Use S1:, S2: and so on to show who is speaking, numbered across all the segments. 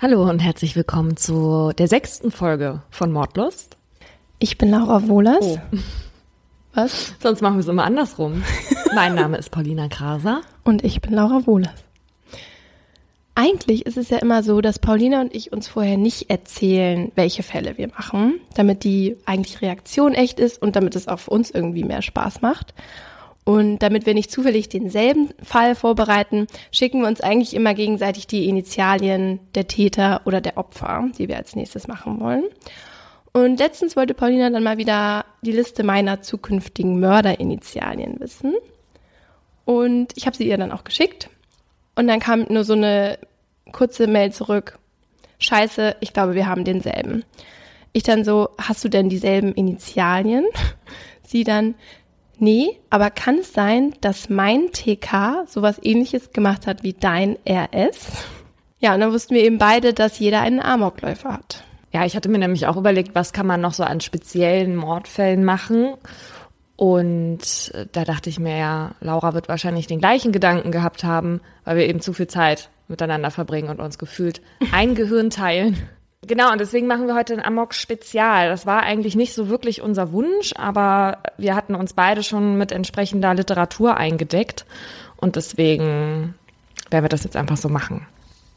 S1: Hallo und herzlich willkommen zu der 6. Folge von Mordlust.
S2: Ich bin Laura Wohlers.
S1: Oh.
S2: Was?
S1: Sonst machen wir es immer andersrum. Mein Name ist Paulina Kraser.
S2: Und ich bin Laura Wohlers. Eigentlich ist es ja immer so, dass Paulina und ich uns vorher nicht erzählen, welche Fälle wir machen, damit die eigentliche Reaktion echt ist und damit es auch für uns irgendwie mehr Spaß macht. Und damit wir nicht zufällig denselben Fall vorbereiten, schicken wir uns eigentlich immer gegenseitig die Initialien der Täter oder der Opfer, die wir als nächstes machen wollen. Und letztens wollte Paulina dann mal wieder die Liste meiner zukünftigen Mörderinitialien wissen. Und ich habe sie ihr dann auch geschickt. Und dann kam nur so eine kurze Mail zurück. Scheiße, ich glaube, wir haben denselben. Ich dann so, hast du denn dieselben Initialien? Sie dann, nee, aber kann es sein, dass mein TK sowas Ähnliches gemacht hat wie dein RS? Ja, und dann wussten wir eben beide, dass jeder einen Amokläufer hat.
S1: Ja, ich hatte mir nämlich auch überlegt, was kann man noch so an speziellen Mordfällen machen? Und da dachte ich mir, ja, Laura wird wahrscheinlich den gleichen Gedanken gehabt haben, weil wir eben zu viel Zeit miteinander verbringen und uns gefühlt ein Gehirn teilen. Genau, und deswegen machen wir heute ein Amok-Spezial. Das war eigentlich nicht so wirklich unser Wunsch, aber wir hatten uns beide schon mit entsprechender Literatur eingedeckt. Und deswegen werden wir das jetzt einfach so machen.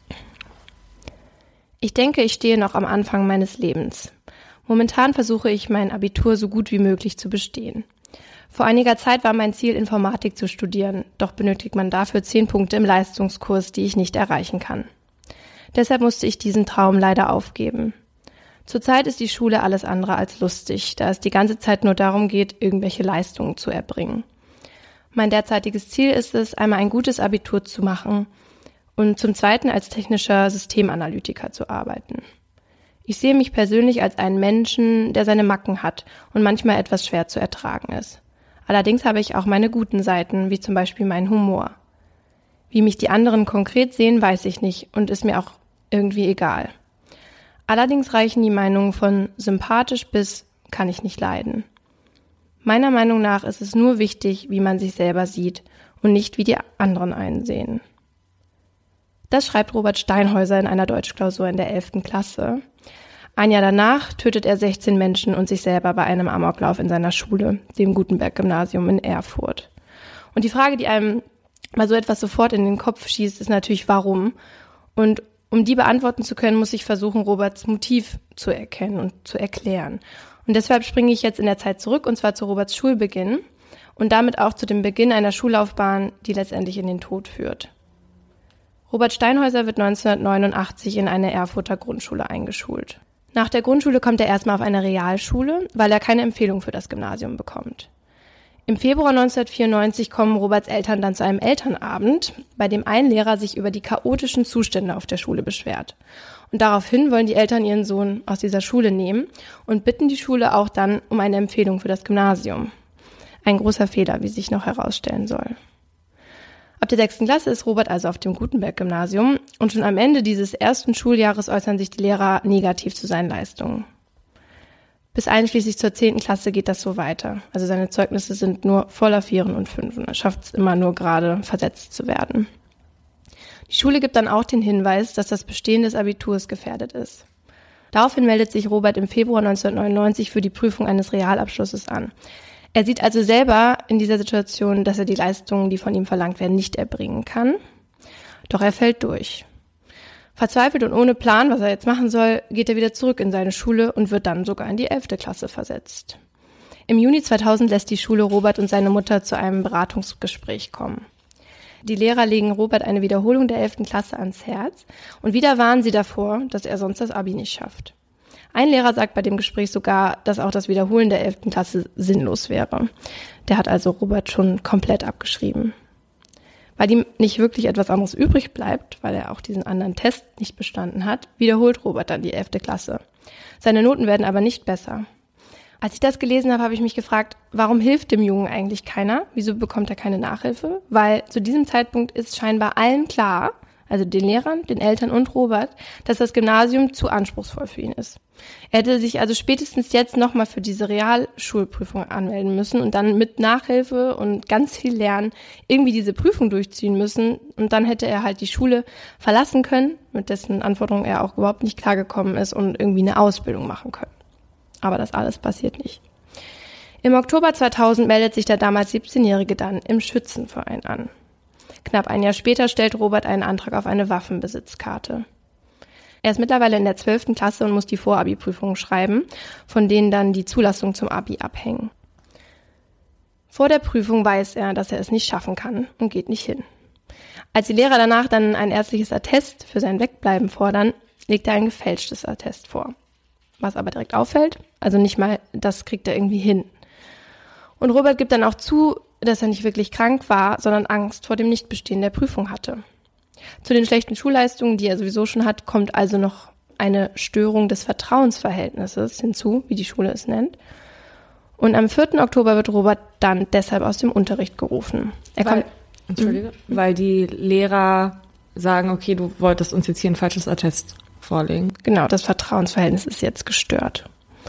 S2: Ich denke, ich stehe noch am Anfang meines Lebens. Momentan versuche ich, mein Abitur so gut wie möglich zu bestehen. Vor einiger Zeit war mein Ziel, Informatik zu studieren, doch benötigt man dafür 10 Punkte im Leistungskurs, die ich nicht erreichen kann. Deshalb musste ich diesen Traum leider aufgeben. Zurzeit ist die Schule alles andere als lustig, da es die ganze Zeit nur darum geht, irgendwelche Leistungen zu erbringen. Mein derzeitiges Ziel ist es, einmal ein gutes Abitur zu machen und zum Zweiten als technischer Systemanalytiker zu arbeiten. Ich sehe mich persönlich als einen Menschen, der seine Macken hat und manchmal etwas schwer zu ertragen ist. Allerdings habe ich auch meine guten Seiten, wie zum Beispiel meinen Humor. Wie mich die anderen konkret sehen, weiß ich nicht und ist mir auch irgendwie egal. Allerdings reichen die Meinungen von sympathisch bis kann ich nicht leiden. Meiner Meinung nach ist es nur wichtig, wie man sich selber sieht und nicht, wie die anderen einen sehen. Das schreibt Robert Steinhäuser in einer Deutschklausur in der 11. Klasse. Ein Jahr danach tötet er 16 Menschen und sich selber bei einem Amoklauf in seiner Schule, dem Gutenberg-Gymnasium in Erfurt. Und die Frage, die einem mal so etwas sofort in den Kopf schießt, ist natürlich, warum? Und um die beantworten zu können, muss ich versuchen, Roberts Motiv zu erkennen und zu erklären. Und deshalb springe ich jetzt in der Zeit zurück, und zwar zu Roberts Schulbeginn und damit auch zu dem Beginn einer Schullaufbahn, die letztendlich in den Tod führt. Robert Steinhäuser wird 1989 in eine Erfurter Grundschule eingeschult. Nach der Grundschule kommt er erstmal auf eine Realschule, weil er keine Empfehlung für das Gymnasium bekommt. Im Februar 1994 kommen Roberts Eltern dann zu einem Elternabend, bei dem ein Lehrer sich über die chaotischen Zustände auf der Schule beschwert. Und daraufhin wollen die Eltern ihren Sohn aus dieser Schule nehmen und bitten die Schule auch dann um eine Empfehlung für das Gymnasium. Ein großer Fehler, wie sich noch herausstellen soll. Ab der 6. Klasse ist Robert also auf dem Gutenberg-Gymnasium und schon am Ende dieses ersten Schuljahres äußern sich die Lehrer negativ zu seinen Leistungen. Bis einschließlich zur 10. Klasse geht das so weiter. Also seine Zeugnisse sind nur voller 4 und 5 und er schafft es immer nur gerade, versetzt zu werden. Die Schule gibt dann auch den Hinweis, dass das Bestehen des Abiturs gefährdet ist. Daraufhin meldet sich Robert im Februar 1999 für die Prüfung eines Realabschlusses an. Er sieht also selber in dieser Situation, dass er die Leistungen, die von ihm verlangt werden, nicht erbringen kann. Doch er fällt durch. Verzweifelt und ohne Plan, was er jetzt machen soll, geht er wieder zurück in seine Schule und wird dann sogar in die 11. Klasse versetzt. Im Juni 2000 lässt die Schule Robert und seine Mutter zu einem Beratungsgespräch kommen. Die Lehrer legen Robert eine Wiederholung der 11. Klasse ans Herz und wieder warnen sie davor, dass er sonst das Abi nicht schafft. Ein Lehrer sagt bei dem Gespräch sogar, dass auch das Wiederholen der 11. Klasse sinnlos wäre. Der hat also Robert schon komplett abgeschrieben. Weil ihm nicht wirklich etwas anderes übrig bleibt, weil er auch diesen anderen Test nicht bestanden hat, wiederholt Robert dann die 11. Klasse. Seine Noten werden aber nicht besser. Als ich das gelesen habe, habe ich mich gefragt, warum hilft dem Jungen eigentlich keiner? Wieso bekommt er keine Nachhilfe? Weil zu diesem Zeitpunkt ist scheinbar allen klar, also den Lehrern, den Eltern und Robert, dass das Gymnasium zu anspruchsvoll für ihn ist. Er hätte sich also spätestens jetzt nochmal für diese Realschulprüfung anmelden müssen und dann mit Nachhilfe und ganz viel Lernen irgendwie diese Prüfung durchziehen müssen. Und dann hätte er halt die Schule verlassen können, mit dessen Anforderungen er auch überhaupt nicht klargekommen ist, und irgendwie eine Ausbildung machen können. Aber das alles passiert nicht. Im Oktober 2000 meldet sich der damals 17-Jährige dann im Schützenverein an. Knapp ein Jahr später stellt Robert einen Antrag auf eine Waffenbesitzkarte. Er ist mittlerweile in der 12. Klasse und muss die Vorabi-Prüfungen schreiben, von denen dann die Zulassung zum Abi abhängen. Vor der Prüfung weiß er, dass er es nicht schaffen kann und geht nicht hin. Als die Lehrer danach dann ein ärztliches Attest für sein Wegbleiben fordern, legt er ein gefälschtes Attest vor. Was aber direkt auffällt, also nicht mal das kriegt er irgendwie hin. Und Robert gibt dann auch zu, dass er nicht wirklich krank war, sondern Angst vor dem Nichtbestehen der Prüfung hatte. Zu den schlechten Schulleistungen, die er sowieso schon hat, kommt also noch eine Störung des Vertrauensverhältnisses hinzu, wie die Schule es nennt. Und am 4. Oktober wird Robert dann deshalb aus dem Unterricht gerufen.
S1: Weil die Lehrer sagen, okay, du wolltest uns jetzt hier ein falsches Attest vorlegen.
S2: Genau, das Vertrauensverhältnis ist jetzt gestört.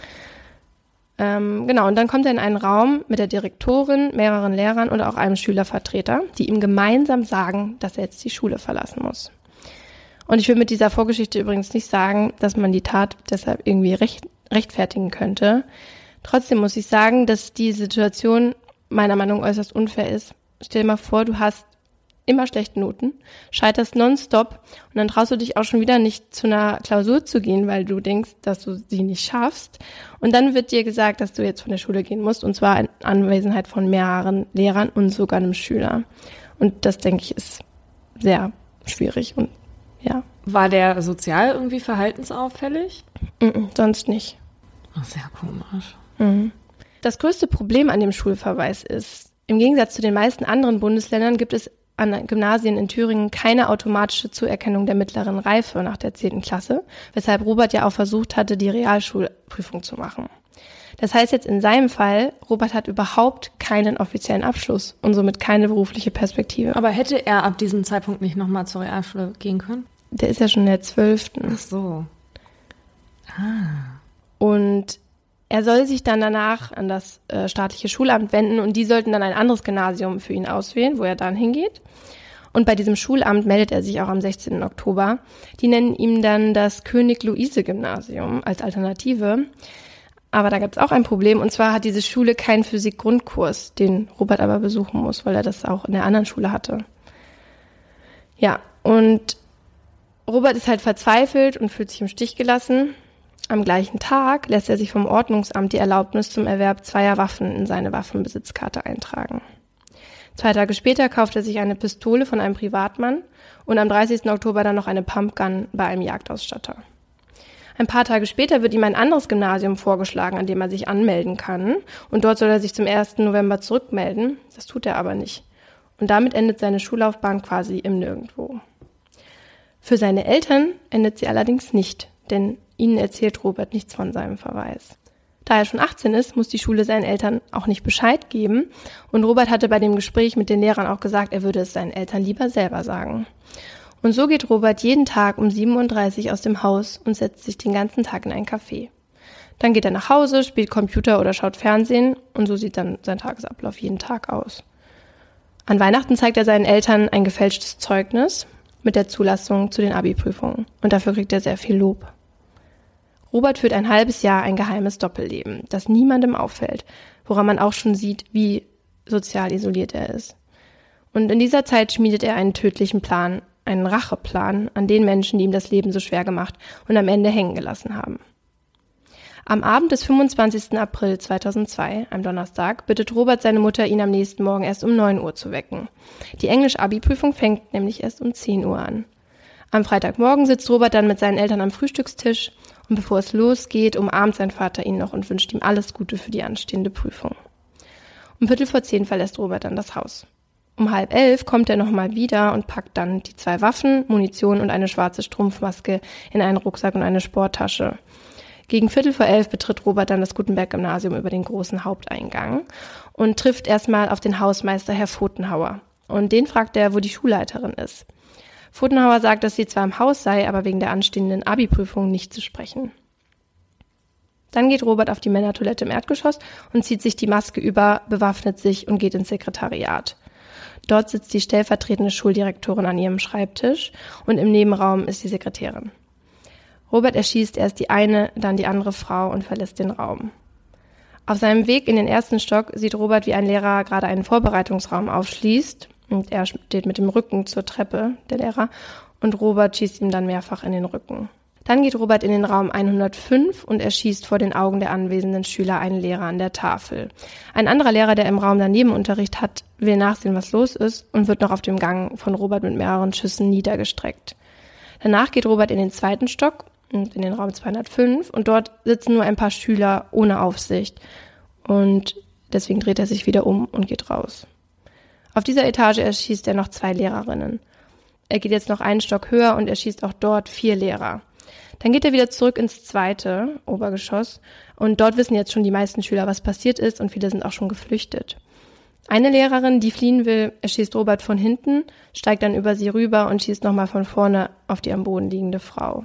S2: Und dann kommt er in einen Raum mit der Direktorin, mehreren Lehrern und auch einem Schülervertreter, die ihm gemeinsam sagen, dass er jetzt die Schule verlassen muss. Und ich will mit dieser Vorgeschichte übrigens nicht sagen, dass man die Tat deshalb irgendwie rechtfertigen könnte. Trotzdem muss ich sagen, dass die Situation meiner Meinung nach äußerst unfair ist. Stell dir mal vor, du hast immer schlechte Noten, scheiterst nonstop und dann traust du dich auch schon wieder nicht zu einer Klausur zu gehen, weil du denkst, dass du sie nicht schaffst. Und dann wird dir gesagt, dass du jetzt von der Schule gehen musst, und zwar in Anwesenheit von mehreren Lehrern und sogar einem Schüler. Und das, denke ich, ist sehr schwierig. Und ja.
S1: War der sozial irgendwie verhaltensauffällig?
S2: Sonst nicht.
S1: Ach, sehr komisch.
S2: Das größte Problem an dem Schulverweis ist, im Gegensatz zu den meisten anderen Bundesländern gibt es an Gymnasien in Thüringen keine automatische Zuerkennung der mittleren Reife nach der 10. Klasse, weshalb Robert ja auch versucht hatte, die Realschulprüfung zu machen. Das heißt jetzt in seinem Fall, Robert hat überhaupt keinen offiziellen Abschluss und somit keine berufliche Perspektive.
S1: Aber hätte er ab diesem Zeitpunkt nicht nochmal zur Realschule gehen können?
S2: Der ist ja schon in der 12.
S1: Ach so.
S2: Und er soll sich dann danach an das staatliche Schulamt wenden und die sollten dann ein anderes Gymnasium für ihn auswählen, wo er dann hingeht. Und bei diesem Schulamt meldet er sich auch am 16. Oktober. Die nennen ihm dann das König-Luise-Gymnasium als Alternative. Aber da gibt es auch ein Problem, und zwar hat diese Schule keinen Physik-Grundkurs, den Robert aber besuchen muss, weil er das auch in der anderen Schule hatte. Ja, und Robert ist halt verzweifelt und fühlt sich im Stich gelassen. Am gleichen Tag lässt er sich vom Ordnungsamt die Erlaubnis zum Erwerb 2 Waffen in seine Waffenbesitzkarte eintragen. 2 Tage später kauft er sich eine Pistole von einem Privatmann und am 30. Oktober dann noch eine Pumpgun bei einem Jagdausstatter. Ein paar Tage später wird ihm ein anderes Gymnasium vorgeschlagen, an dem er sich anmelden kann, und dort soll er sich zum 1. November zurückmelden. Das tut er aber nicht. Und damit endet seine Schullaufbahn quasi im Nirgendwo. Für seine Eltern endet sie allerdings nicht, denn ihnen erzählt Robert nichts von seinem Verweis. Da er schon 18 ist, muss die Schule seinen Eltern auch nicht Bescheid geben. Und Robert hatte bei dem Gespräch mit den Lehrern auch gesagt, er würde es seinen Eltern lieber selber sagen. Und so geht Robert jeden Tag um 7:30 Uhr aus dem Haus und setzt sich den ganzen Tag in ein Café. Dann geht er nach Hause, spielt Computer oder schaut Fernsehen, und so sieht dann sein Tagesablauf jeden Tag aus. An Weihnachten zeigt er seinen Eltern ein gefälschtes Zeugnis mit der Zulassung zu den Abi-Prüfungen. Und dafür kriegt er sehr viel Lob. Robert führt ein halbes Jahr ein geheimes Doppelleben, das niemandem auffällt, woran man auch schon sieht, wie sozial isoliert er ist. Und in dieser Zeit schmiedet er einen tödlichen Plan, einen Racheplan an den Menschen, die ihm das Leben so schwer gemacht und am Ende hängen gelassen haben. Am Abend des 25. April 2002, einem Donnerstag, bittet Robert seine Mutter, ihn am nächsten Morgen erst um 9 Uhr zu wecken. Die Englisch-Abi-Prüfung fängt nämlich erst um 10 Uhr an. Am Freitagmorgen sitzt Robert dann mit seinen Eltern am Frühstückstisch, und bevor es losgeht, umarmt sein Vater ihn noch und wünscht ihm alles Gute für die anstehende Prüfung. Um 9:15 verlässt Robert dann das Haus. Um 10:30 kommt er nochmal wieder und packt dann die 2 Waffen, Munition und eine schwarze Strumpfmaske in einen Rucksack und eine Sporttasche. Gegen 10:45 betritt Robert dann das Gutenberg-Gymnasium über den großen Haupteingang und trifft erstmal auf den Hausmeister Herr Pfotenhauer. Und den fragt er, wo die Schulleiterin ist. Pfotenhauer sagt, dass sie zwar im Haus sei, aber wegen der anstehenden Abi-Prüfung nicht zu sprechen. Dann geht Robert auf die Männertoilette im Erdgeschoss und zieht sich die Maske über, bewaffnet sich und geht ins Sekretariat. Dort sitzt die stellvertretende Schuldirektorin an ihrem Schreibtisch und im Nebenraum ist die Sekretärin. Robert erschießt erst die eine, dann die andere Frau und verlässt den Raum. Auf seinem Weg in den ersten Stock sieht Robert, wie ein Lehrer gerade einen Vorbereitungsraum aufschließt und er steht mit dem Rücken zur Treppe, der Lehrer, und Robert schießt ihm dann mehrfach in den Rücken. Dann geht Robert in den Raum 105 und erschießt vor den Augen der anwesenden Schüler einen Lehrer an der Tafel. Ein anderer Lehrer, der im Raum daneben Unterricht hat, will nachsehen, was los ist und wird noch auf dem Gang von Robert mit mehreren Schüssen niedergestreckt. Danach geht Robert in den zweiten Stock und in den Raum 205 und dort sitzen nur ein paar Schüler ohne Aufsicht und deswegen dreht er sich wieder um und geht raus. Auf dieser Etage erschießt er noch 2 Lehrerinnen. Er geht jetzt noch einen Stock höher und erschießt auch dort 4 Lehrer. Dann geht er wieder zurück ins zweite Obergeschoss und dort wissen jetzt schon die meisten Schüler, was passiert ist und viele sind auch schon geflüchtet. Eine Lehrerin, die fliehen will, erschießt Robert von hinten, steigt dann über sie rüber und schießt nochmal von vorne auf die am Boden liegende Frau.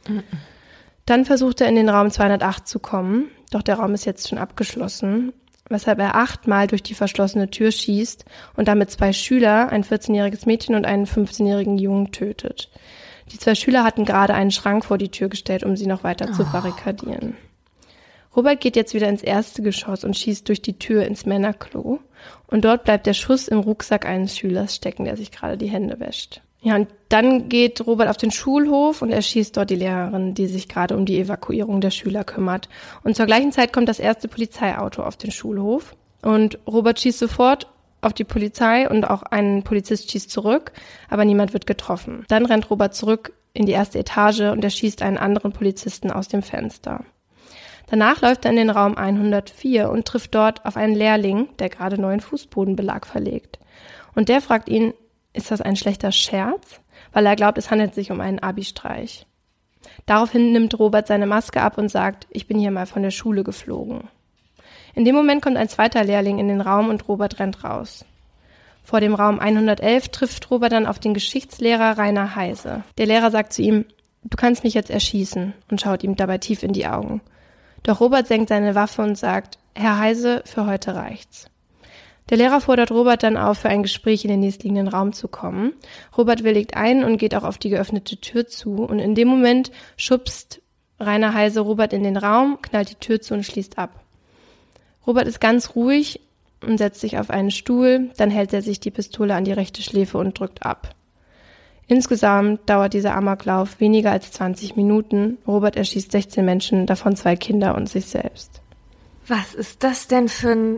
S2: Dann versucht er in den Raum 208 zu kommen, doch der Raum ist jetzt schon abgeschlossen, weshalb er 8-mal durch die verschlossene Tür schießt und damit 2 Schüler, ein 14-jähriges Mädchen und einen 15-jährigen Jungen tötet. Die 2 Schüler hatten gerade einen Schrank vor die Tür gestellt, um sie noch weiter zu barrikadieren. Robert geht jetzt wieder ins erste Geschoss und schießt durch die Tür ins Männerklo. Und dort bleibt der Schuss im Rucksack eines Schülers stecken, der sich gerade die Hände wäscht. Ja, und dann geht Robert auf den Schulhof und erschießt dort die Lehrerin, die sich gerade um die Evakuierung der Schüler kümmert. Und zur gleichen Zeit kommt das erste Polizeiauto auf den Schulhof. Und Robert schießt sofort auf die Polizei und auch ein Polizist schießt zurück, aber niemand wird getroffen. Dann rennt Robert zurück in die erste Etage und erschießt einen anderen Polizisten aus dem Fenster. Danach läuft er in den Raum 104 und trifft dort auf einen Lehrling, der gerade neuen Fußbodenbelag verlegt. Und der fragt ihn, ist das ein schlechter Scherz? Weil er glaubt, es handelt sich um einen Abi-Streich. Daraufhin nimmt Robert seine Maske ab und sagt, ich bin hier mal von der Schule geflogen. In dem Moment kommt ein zweiter Lehrling in den Raum und Robert rennt raus. Vor dem Raum 111 trifft Robert dann auf den Geschichtslehrer Rainer Heise. Der Lehrer sagt zu ihm, du kannst mich jetzt erschießen und schaut ihm dabei tief in die Augen. Doch Robert senkt seine Waffe und sagt, Herr Heise, für heute reicht's. Der Lehrer fordert Robert dann auf, für ein Gespräch in den nächstliegenden Raum zu kommen. Robert willigt ein und geht auch auf die geöffnete Tür zu und in dem Moment schubst Rainer Heise Robert in den Raum, knallt die Tür zu und schließt ab. Robert ist ganz ruhig und setzt sich auf einen Stuhl, dann hält er sich die Pistole an die rechte Schläfe und drückt ab. Insgesamt dauert dieser Amoklauf weniger als 20 Minuten. Robert erschießt 16 Menschen, davon 2 Kinder und sich selbst.
S1: Was ist das denn für ein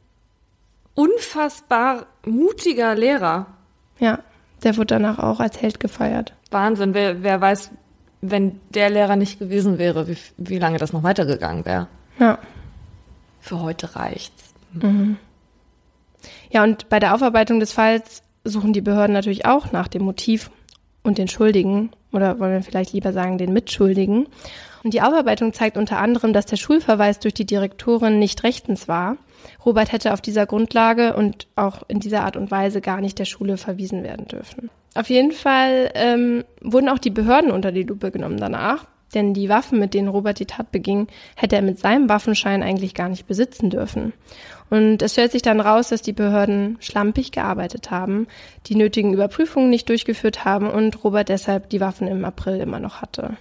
S1: unfassbar mutiger Lehrer?
S2: Ja, der wurde danach auch als Held gefeiert.
S1: Wahnsinn, wer weiß, wenn der Lehrer nicht gewesen wäre, wie lange das noch weitergegangen wäre.
S2: Ja.
S1: Für heute reicht's.
S2: Mhm. Ja, und bei der Aufarbeitung des Falls suchen die Behörden natürlich auch nach dem Motiv und den Schuldigen, oder wollen wir vielleicht lieber sagen, den Mitschuldigen. Und die Aufarbeitung zeigt unter anderem, dass der Schulverweis durch die Direktorin nicht rechtens war. Robert hätte auf dieser Grundlage und auch in dieser Art und Weise gar nicht der Schule verwiesen werden dürfen. Auf jeden Fall wurden auch die Behörden unter die Lupe genommen danach. Denn die Waffen, mit denen Robert die Tat beging, hätte er mit seinem Waffenschein eigentlich gar nicht besitzen dürfen. Und es stellt sich dann raus, dass die Behörden schlampig gearbeitet haben, die nötigen Überprüfungen nicht durchgeführt haben und Robert deshalb die Waffen im April immer noch hatte.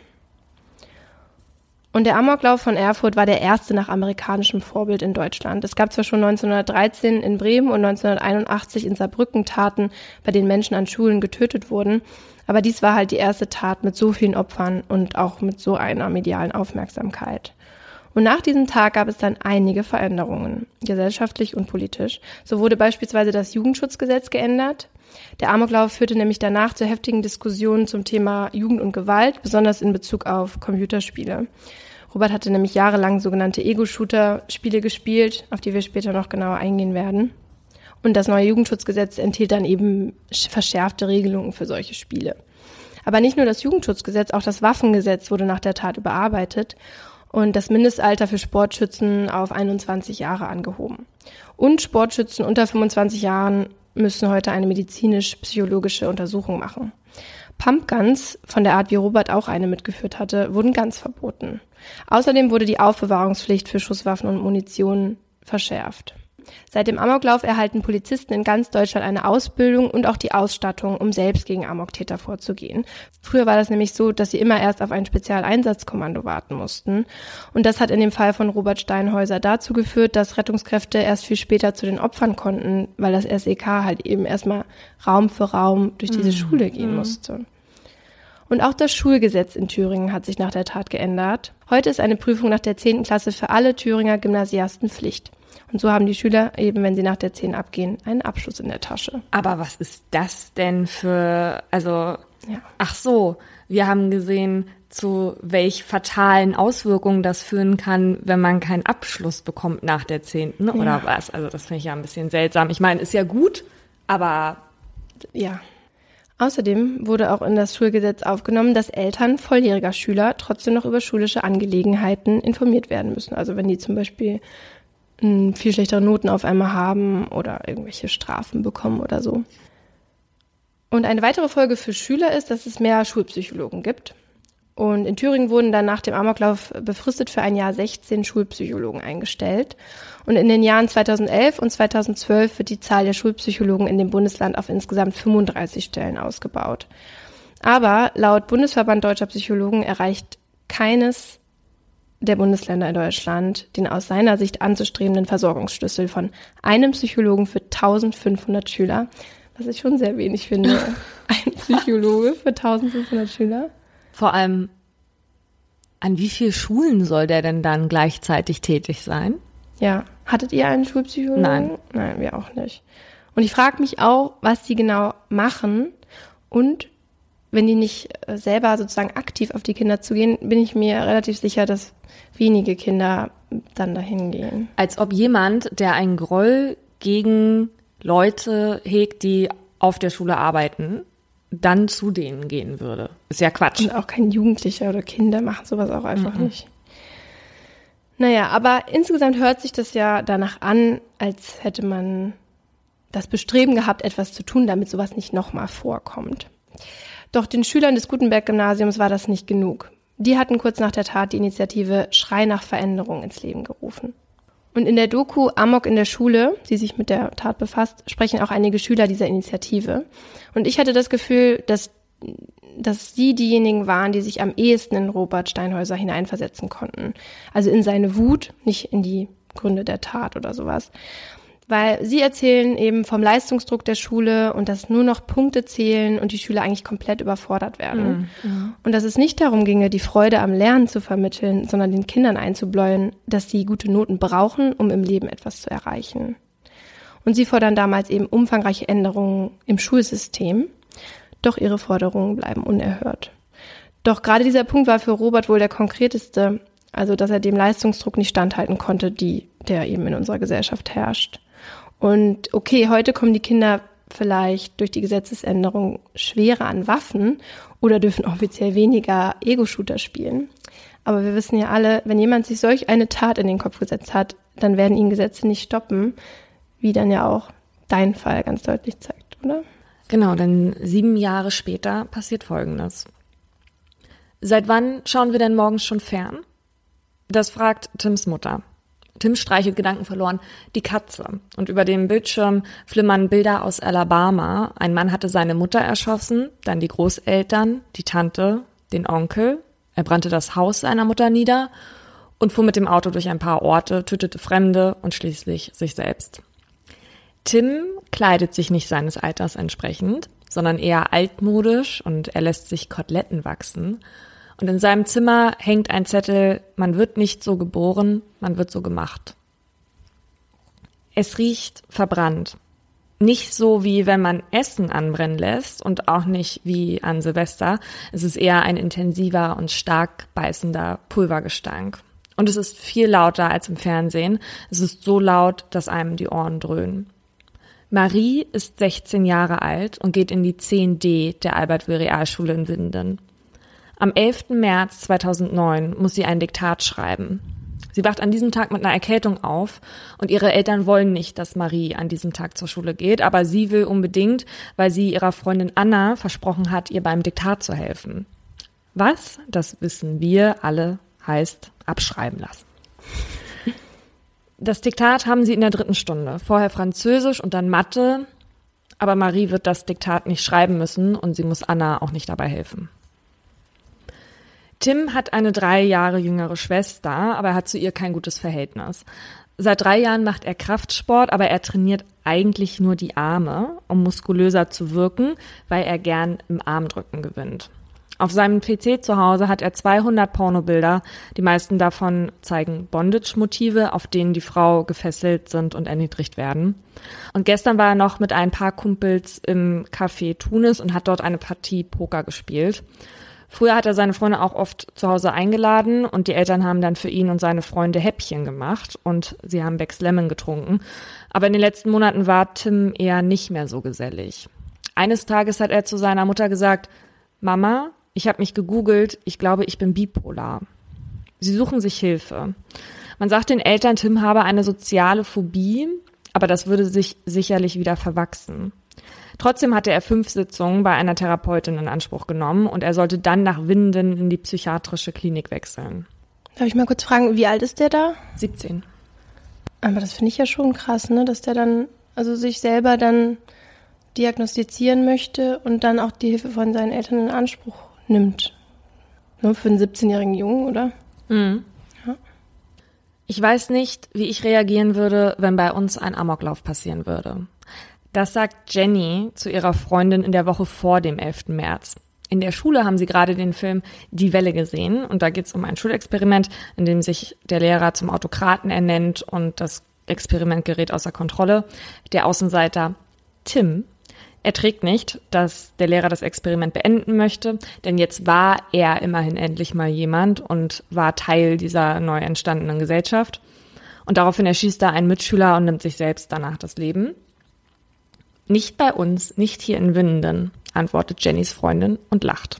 S2: Und der Amoklauf von Erfurt war der erste nach amerikanischem Vorbild in Deutschland. Es gab zwar schon 1913 in Bremen und 1981 in Saarbrücken Taten, bei denen Menschen an Schulen getötet wurden, aber dies war halt die erste Tat mit so vielen Opfern und auch mit so einer medialen Aufmerksamkeit. Und nach diesem Tag gab es dann einige Veränderungen, gesellschaftlich und politisch. So wurde beispielsweise das Jugendschutzgesetz geändert. Der Amoklauf führte nämlich danach zu heftigen Diskussionen zum Thema Jugend und Gewalt, besonders in Bezug auf Computerspiele. Robert hatte nämlich jahrelang sogenannte Ego-Shooter-Spiele gespielt, auf die wir später noch genauer eingehen werden. Und das neue Jugendschutzgesetz enthielt dann eben verschärfte Regelungen für solche Spiele. Aber nicht nur das Jugendschutzgesetz, auch das Waffengesetz wurde nach der Tat überarbeitet und das Mindestalter für Sportschützen auf 21 Jahre angehoben. Und Sportschützen unter 25 Jahren müssen heute eine medizinisch-psychologische Untersuchung machen. Pumpguns, von der Art wie Robert auch eine mitgeführt hatte, wurden ganz verboten. Außerdem wurde die Aufbewahrungspflicht für Schusswaffen und Munition verschärft. Seit dem Amoklauf erhalten Polizisten in ganz Deutschland eine Ausbildung und auch die Ausstattung, um selbst gegen Amoktäter vorzugehen. Früher war das nämlich so, dass sie immer erst auf ein Spezialeinsatzkommando warten mussten. Und das hat in dem Fall von Robert Steinhäuser dazu geführt, dass Rettungskräfte erst viel später zu den Opfern konnten, weil das SEK halt eben erstmal Raum für Raum durch diese Schule gehen musste. Und auch das Schulgesetz in Thüringen hat sich nach der Tat geändert. Heute ist eine Prüfung nach der 10. Klasse für alle Thüringer Gymnasiasten Pflicht. Und so haben die Schüler eben, wenn sie nach der 10 abgehen, einen Abschluss in der Tasche.
S1: Aber was ist das denn ach so, wir haben gesehen, zu welch fatalen Auswirkungen das führen kann, wenn man keinen Abschluss bekommt nach der 10. oder was? Also das finde ich ja ein bisschen seltsam. Ich meine, ist ja gut, aber...
S2: Ja. Außerdem wurde auch in das Schulgesetz aufgenommen, dass Eltern volljähriger Schüler trotzdem noch über schulische Angelegenheiten informiert werden müssen. Also wenn die zum Beispiel viel schlechtere Noten auf einmal haben oder irgendwelche Strafen bekommen oder so. Und eine weitere Folge für Schüler ist, dass es mehr Schulpsychologen gibt. Und in Thüringen wurden dann nach dem Amoklauf befristet für ein Jahr 16 Schulpsychologen eingestellt. Und in den Jahren 2011 und 2012 wird die Zahl der Schulpsychologen in dem Bundesland auf insgesamt 35 Stellen ausgebaut. Aber laut Bundesverband Deutscher Psychologen erreicht keines der Bundesländer in Deutschland den aus seiner Sicht anzustrebenden Versorgungsschlüssel von einem Psychologen für 1500 Schüler, was ich schon sehr wenig finde. Ein Psychologe für 1500 Schüler.
S1: Vor allem, an wie vielen Schulen soll der denn dann gleichzeitig tätig sein?
S2: Ja. Hattet ihr einen Schulpsychologen?
S1: Nein.
S2: Nein, wir auch nicht. Und ich frage mich auch, was die genau machen und wenn die nicht selber sozusagen aktiv auf die Kinder zugehen, bin ich mir relativ sicher, dass wenige Kinder dann dahin gehen.
S1: Als ob jemand, der einen Groll gegen Leute hegt, die auf der Schule arbeiten, dann zu denen gehen würde. Ist ja Quatsch.
S2: Und auch kein Jugendlicher oder Kinder machen sowas auch einfach nicht. Naja, aber insgesamt hört sich das ja danach an, als hätte man das Bestreben gehabt, etwas zu tun, damit sowas nicht nochmal vorkommt. Doch den Schülern des Gutenberg-Gymnasiums war das nicht genug. Die hatten kurz nach der Tat die Initiative Schrei nach Veränderung ins Leben gerufen. Und in der Doku Amok in der Schule, die sich mit der Tat befasst, sprechen auch einige Schüler dieser Initiative. Und ich hatte das Gefühl, dass sie diejenigen waren, die sich am ehesten in Robert Steinhäuser hineinversetzen konnten. Also in seine Wut, nicht in die Gründe der Tat oder sowas. Weil sie erzählen eben vom Leistungsdruck der Schule und dass nur noch Punkte zählen und die Schüler eigentlich komplett überfordert werden. Und dass es nicht darum ginge, die Freude am Lernen zu vermitteln, sondern den Kindern einzubläuen, dass sie gute Noten brauchen, um im Leben etwas zu erreichen. Und sie fordern damals eben umfangreiche Änderungen im Schulsystem, doch ihre Forderungen bleiben unerhört. Doch gerade dieser Punkt war für Robert wohl der konkreteste, also dass er dem Leistungsdruck nicht standhalten konnte, der eben in unserer Gesellschaft herrscht. Und okay, heute kommen die Kinder vielleicht durch die Gesetzesänderung schwerer an Waffen oder dürfen offiziell weniger Ego-Shooter spielen. Aber wir wissen ja alle, wenn jemand sich solch eine Tat in den Kopf gesetzt hat, dann werden ihn Gesetze nicht stoppen, wie dann ja auch dein Fall ganz deutlich zeigt, oder?
S1: Genau, denn 7 Jahre später passiert Folgendes. Seit wann schauen wir denn morgens schon fern? Das fragt Tims Mutter. Tim streichelt gedankenverloren die Katze. Und über dem Bildschirm flimmern Bilder aus Alabama. Ein Mann hatte seine Mutter erschossen, dann die Großeltern, die Tante, den Onkel. Er brannte das Haus seiner Mutter nieder und fuhr mit dem Auto durch ein paar Orte, tötete Fremde und schließlich sich selbst. Tim kleidet sich nicht seines Alters entsprechend, sondern eher altmodisch und er lässt sich Koteletten wachsen. Und in seinem Zimmer hängt ein Zettel, man wird nicht so geboren, man wird so gemacht. Es riecht verbrannt. Nicht so, wie wenn man Essen anbrennen lässt und auch nicht wie an Silvester. Es ist eher ein intensiver und stark beißender Pulvergestank. Und es ist viel lauter als im Fernsehen. Es ist so laut, dass einem die Ohren dröhnen. Marie ist 16 Jahre alt und geht in die 10D der Albert-Will-Realschule in Winden. Am 11. März 2009 muss sie ein Diktat schreiben. Sie wacht an diesem Tag mit einer Erkältung auf und ihre Eltern wollen nicht, dass Marie an diesem Tag zur Schule geht, aber sie will unbedingt, weil sie ihrer Freundin Anna versprochen hat, ihr beim Diktat zu helfen. Was, das wissen wir alle, heißt abschreiben lassen. Das Diktat haben sie in der 3. Stunde, vorher Französisch und dann Mathe, aber Marie wird das Diktat nicht schreiben müssen und sie muss Anna auch nicht dabei helfen. Tim hat eine 3 Jahre jüngere Schwester, aber er hat zu ihr kein gutes Verhältnis. Seit 3 Jahren macht er Kraftsport, aber er trainiert eigentlich nur die Arme, um muskulöser zu wirken, weil er gern im Armdrücken gewinnt. Auf seinem PC zu Hause hat er 200 Pornobilder. Die meisten davon zeigen Bondage-Motive, auf denen die Frau gefesselt sind und erniedrigt werden. Und gestern war er noch mit ein paar Kumpels im Café Tunis und hat dort eine Partie Poker gespielt. Früher hat er seine Freunde auch oft zu Hause eingeladen und die Eltern haben dann für ihn und seine Freunde Häppchen gemacht und sie haben Becks Lemon getrunken. Aber in den letzten Monaten war Tim eher nicht mehr so gesellig. Eines Tages hat er zu seiner Mutter gesagt, Mama, ich habe mich gegoogelt, ich glaube, ich bin bipolar. Sie suchen sich Hilfe. Man sagt den Eltern, Tim habe eine soziale Phobie, aber das würde sich sicherlich wieder verwachsen. Trotzdem hatte er 5 Sitzungen bei einer Therapeutin in Anspruch genommen und er sollte dann nach Winden in die psychiatrische Klinik wechseln.
S2: Darf ich mal kurz fragen, wie alt ist der da?
S1: 17.
S2: Aber das finde ich ja schon krass, ne, dass der dann, also sich selber dann diagnostizieren möchte und dann auch die Hilfe von seinen Eltern in Anspruch nimmt. Nur für einen 17-jährigen Jungen, oder?
S1: Mhm.
S2: Ja.
S1: Ich weiß nicht, wie ich reagieren würde, wenn bei uns ein Amoklauf passieren würde. Das sagt Jenny zu ihrer Freundin in der Woche vor dem 11. März. In der Schule haben sie gerade den Film Die Welle gesehen und da geht es um ein Schulexperiment, in dem sich der Lehrer zum Autokraten ernennt und das Experiment gerät außer Kontrolle. Der Außenseiter Tim erträgt nicht, dass der Lehrer das Experiment beenden möchte, denn jetzt war er immerhin endlich mal jemand und war Teil dieser neu entstandenen Gesellschaft. Und daraufhin erschießt er einen Mitschüler und nimmt sich selbst danach das Leben. Nicht bei uns, nicht hier in Winden, antwortet Jennys Freundin und lacht.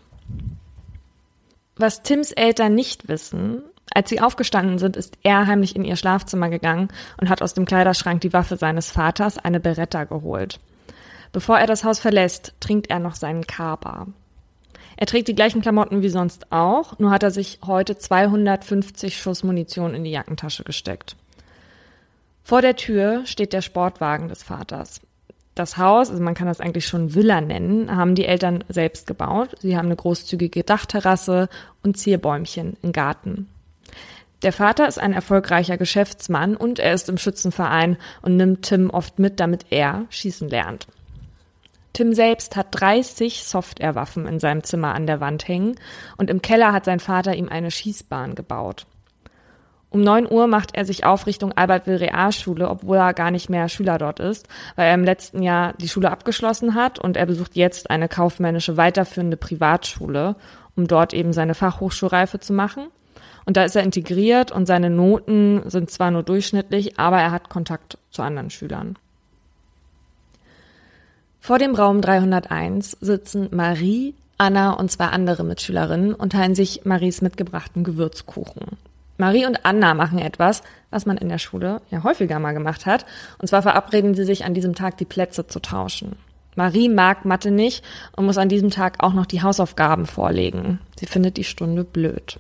S1: Was Tims Eltern nicht wissen, als sie aufgestanden sind, ist er heimlich in ihr Schlafzimmer gegangen und hat aus dem Kleiderschrank die Waffe seines Vaters, eine Beretta, geholt. Bevor er das Haus verlässt, trinkt er noch seinen Kaba. Er trägt die gleichen Klamotten wie sonst auch, nur hat er sich heute 250 Schuss Munition in die Jackentasche gesteckt. Vor der Tür steht der Sportwagen des Vaters. Das Haus, also man kann das eigentlich schon Villa nennen, haben die Eltern selbst gebaut. Sie haben eine großzügige Dachterrasse und Zierbäumchen im Garten. Der Vater ist ein erfolgreicher Geschäftsmann und er ist im Schützenverein und nimmt Tim oft mit, damit er schießen lernt. Tim selbst hat 30 Softwarewaffen in seinem Zimmer an der Wand hängen und im Keller hat sein Vater ihm eine Schießbahn gebaut. Um 9 Uhr macht er sich auf Richtung Albert-Will-Realschule, obwohl er gar nicht mehr Schüler dort ist, weil er im letzten Jahr die Schule abgeschlossen hat und er besucht jetzt eine kaufmännische weiterführende Privatschule, um dort eben seine Fachhochschulreife zu machen. Und da ist er integriert und seine Noten sind zwar nur durchschnittlich, aber er hat Kontakt zu anderen Schülern. Vor dem Raum 301 sitzen Marie, Anna und 2 andere Mitschülerinnen und teilen sich Maries mitgebrachten Gewürzkuchen. Marie und Anna machen etwas, was man in der Schule ja häufiger mal gemacht hat. Und zwar verabreden sie sich an diesem Tag, die Plätze zu tauschen. Marie mag Mathe nicht und muss an diesem Tag auch noch die Hausaufgaben vorlegen. Sie findet die Stunde blöd.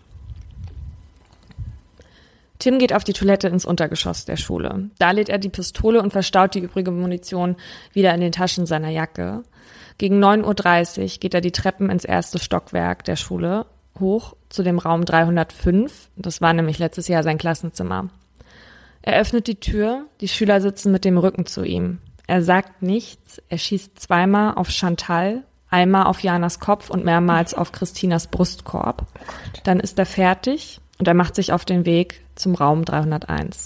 S1: Tim geht auf die Toilette ins Untergeschoss der Schule. Da lädt er die Pistole und verstaut die übrige Munition wieder in den Taschen seiner Jacke. Gegen 9.30 Uhr geht er die Treppen ins 1. Stockwerk der Schule hoch zu dem Raum 305. Das war nämlich letztes Jahr sein Klassenzimmer. Er öffnet die Tür, die Schüler sitzen mit dem Rücken zu ihm. Er sagt nichts, er schießt 2-mal auf Chantal, einmal auf Janas Kopf und mehrmals auf Christinas Brustkorb. Dann ist er fertig und er macht sich auf den Weg zum Raum 301.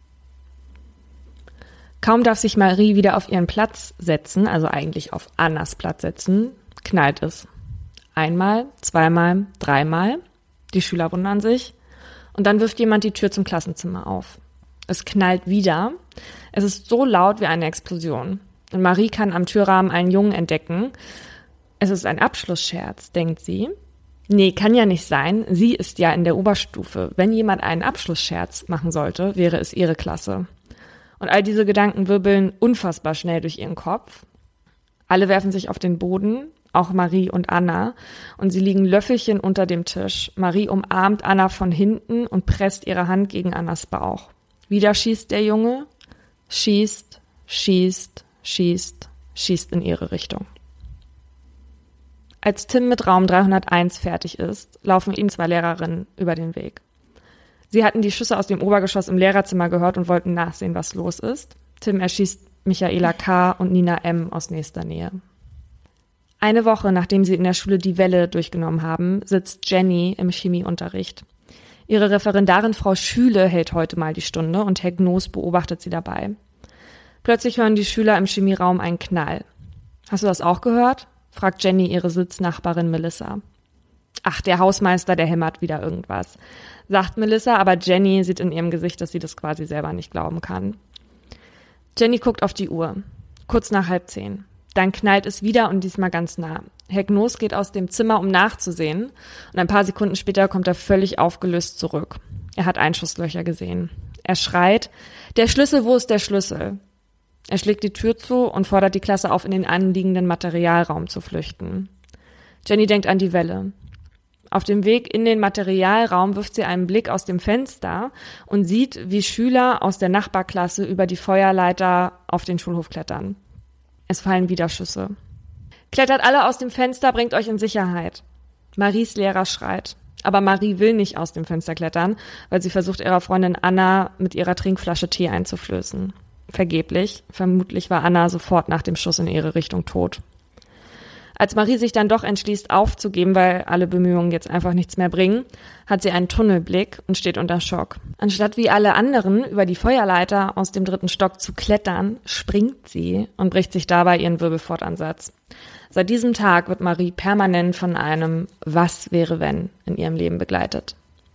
S1: Kaum darf sich Marie wieder auf ihren Platz setzen, also eigentlich auf Annas Platz setzen, knallt es. 1-mal, 2-mal, 3-mal. Die Schüler wundern sich. Und dann wirft jemand die Tür zum Klassenzimmer auf. Es knallt wieder. Es ist so laut wie eine Explosion. Und Marie kann am Türrahmen einen Jungen entdecken. Es ist ein Abschlussscherz, denkt sie. Nee, kann ja nicht sein. Sie ist ja in der Oberstufe. Wenn jemand einen Abschlussscherz machen sollte, wäre es ihre Klasse. Und all diese Gedanken wirbeln unfassbar schnell durch ihren Kopf. Alle werfen sich auf den Boden, auch Marie und Anna, und sie liegen Löffelchen unter dem Tisch. Marie umarmt Anna von hinten und presst ihre Hand gegen Annas Bauch. Wieder schießt der Junge, schießt in ihre Richtung. Als Tim mit Raum 301 fertig ist, laufen ihm 2 Lehrerinnen über den Weg. Sie hatten die Schüsse aus dem Obergeschoss im Lehrerzimmer gehört und wollten nachsehen, was los ist. Tim erschießt Michaela K. und Nina M. aus nächster Nähe. Eine Woche, nachdem sie in der Schule die Welle durchgenommen haben, sitzt Jenny im Chemieunterricht. Ihre Referendarin Frau Schüle hält heute mal die Stunde und Herr Gnos beobachtet sie dabei. Plötzlich hören die Schüler im Chemieraum einen Knall. Hast du das auch gehört? Fragt Jenny ihre Sitznachbarin Melissa. Ach, der Hausmeister, der hämmert wieder irgendwas, sagt Melissa, aber Jenny sieht in ihrem Gesicht, dass sie das quasi selber nicht glauben kann. Jenny guckt auf die Uhr. Kurz nach 9:30. Dann knallt es wieder und diesmal ganz nah. Herr Gnos geht aus dem Zimmer, um nachzusehen, und ein paar Sekunden später kommt er völlig aufgelöst zurück. Er hat Einschusslöcher gesehen. Er schreit, der Schlüssel, wo ist der Schlüssel? Er schlägt die Tür zu und fordert die Klasse auf, in den anliegenden Materialraum zu flüchten. Jenny denkt an die Welle. Auf dem Weg in den Materialraum wirft sie einen Blick aus dem Fenster und sieht, wie Schüler aus der Nachbarklasse über die Feuerleiter auf den Schulhof klettern. Es fallen wieder Schüsse. Klettert alle aus dem Fenster, bringt euch in Sicherheit. Maries Lehrer schreit. Aber Marie will nicht aus dem Fenster klettern, weil sie versucht, ihrer Freundin Anna mit ihrer Trinkflasche Tee einzuflößen. Vergeblich. Vermutlich war Anna sofort nach dem Schuss in ihre Richtung tot. Als Marie sich dann doch entschließt aufzugeben, weil alle Bemühungen jetzt einfach nichts mehr bringen, hat sie einen Tunnelblick und steht unter Schock. Anstatt wie alle anderen über die Feuerleiter aus dem 3. Stock zu klettern, springt sie und bricht sich dabei ihren Wirbelfortansatz. Seit diesem Tag wird Marie permanent von einem Was wäre wenn in ihrem Leben begleitet.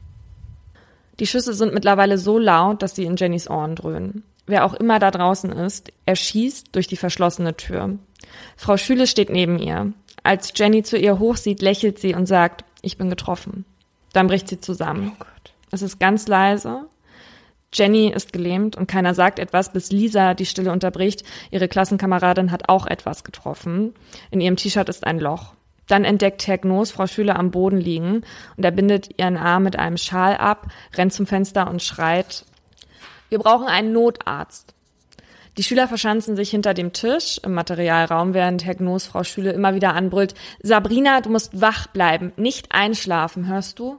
S1: Die Schüsse sind mittlerweile so laut, dass sie in Jennys Ohren dröhnen. Wer auch immer da draußen ist, er schießt durch die verschlossene Tür. Frau Schüle steht neben ihr. Als Jenny zu ihr hochsieht, lächelt sie und sagt, ich bin getroffen. Dann bricht sie zusammen. Oh Gott. Es ist ganz leise. Jenny ist gelähmt und keiner sagt etwas, bis Lisa die Stille unterbricht. Ihre Klassenkameradin hat auch etwas getroffen. In ihrem T-Shirt ist ein Loch. Dann entdeckt Herr Gnos Frau Schüle am Boden liegen und er bindet ihren Arm mit einem Schal ab, rennt zum Fenster und schreit, wir brauchen einen Notarzt. Die Schüler verschanzen sich hinter dem Tisch im Materialraum, während Herr Gnos Frau Schüle immer wieder anbrüllt, Sabrina, du musst wach bleiben, nicht einschlafen, hörst du?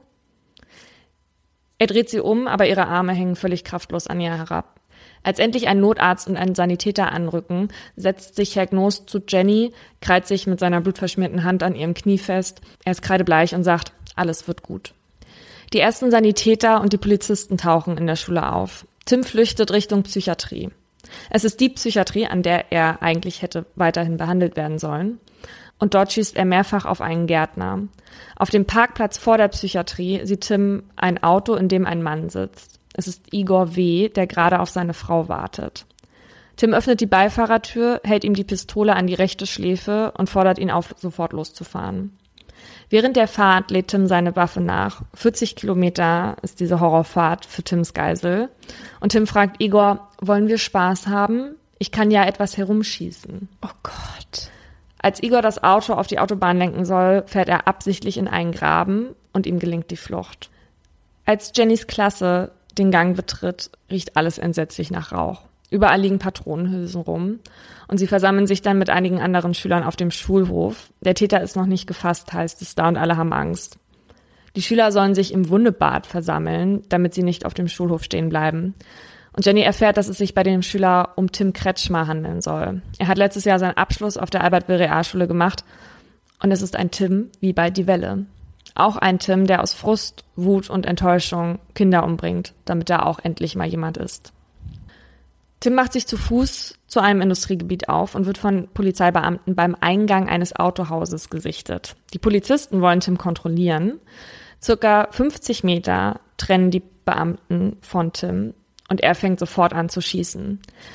S1: Er dreht sie um, aber ihre Arme hängen völlig kraftlos an ihr herab. Als endlich ein Notarzt und ein Sanitäter anrücken, setzt sich Herr Gnos zu Jenny, krallt sich mit seiner blutverschmierten Hand an ihrem Knie fest. Er ist kreidebleich und sagt, alles wird gut. Die ersten Sanitäter und die Polizisten tauchen in der Schule auf. Tim flüchtet Richtung Psychiatrie. Es ist die Psychiatrie, an der er eigentlich hätte weiterhin behandelt werden sollen. Und dort schießt er mehrfach auf einen Gärtner. Auf dem Parkplatz vor der Psychiatrie sieht Tim ein Auto, in dem ein Mann sitzt. Es ist Igor W., der gerade auf seine Frau wartet. Tim öffnet die Beifahrertür, hält ihm die Pistole an die rechte Schläfe und fordert ihn auf, sofort loszufahren. Während der Fahrt lädt Tim seine Waffe nach. 40 Kilometer ist diese Horrorfahrt für Tims Geisel. Und Tim fragt Igor, wollen wir Spaß haben? Ich kann ja etwas herumschießen.
S2: Oh Gott.
S1: Als Igor das Auto auf die Autobahn lenken soll, fährt er absichtlich in einen Graben und ihm gelingt die Flucht. Als Jennys Klasse den Gang betritt, riecht alles entsetzlich nach Rauch. Überall liegen Patronenhülsen rum und sie versammeln sich dann mit einigen anderen Schülern auf dem Schulhof. Der Täter ist noch nicht gefasst, heißt es da, und alle haben Angst. Die Schüler sollen sich im Wundebad versammeln, damit sie nicht auf dem Schulhof stehen bleiben. Und Jenny erfährt, dass es sich bei dem Schüler um Tim Kretschmer handeln soll. Er hat letztes Jahr seinen Abschluss auf der Albert-Will-Realschule gemacht und es ist ein Tim wie bei Die Welle. Auch ein Tim, der aus Frust, Wut und Enttäuschung Kinder umbringt, damit da auch endlich mal jemand ist. Tim macht sich zu Fuß zu einem Industriegebiet auf und wird von Polizeibeamten beim Eingang eines Autohauses gesichtet. Die Polizisten wollen Tim kontrollieren. Circa 50 Meter trennen die Beamten von Tim und er fängt sofort an zu schießen.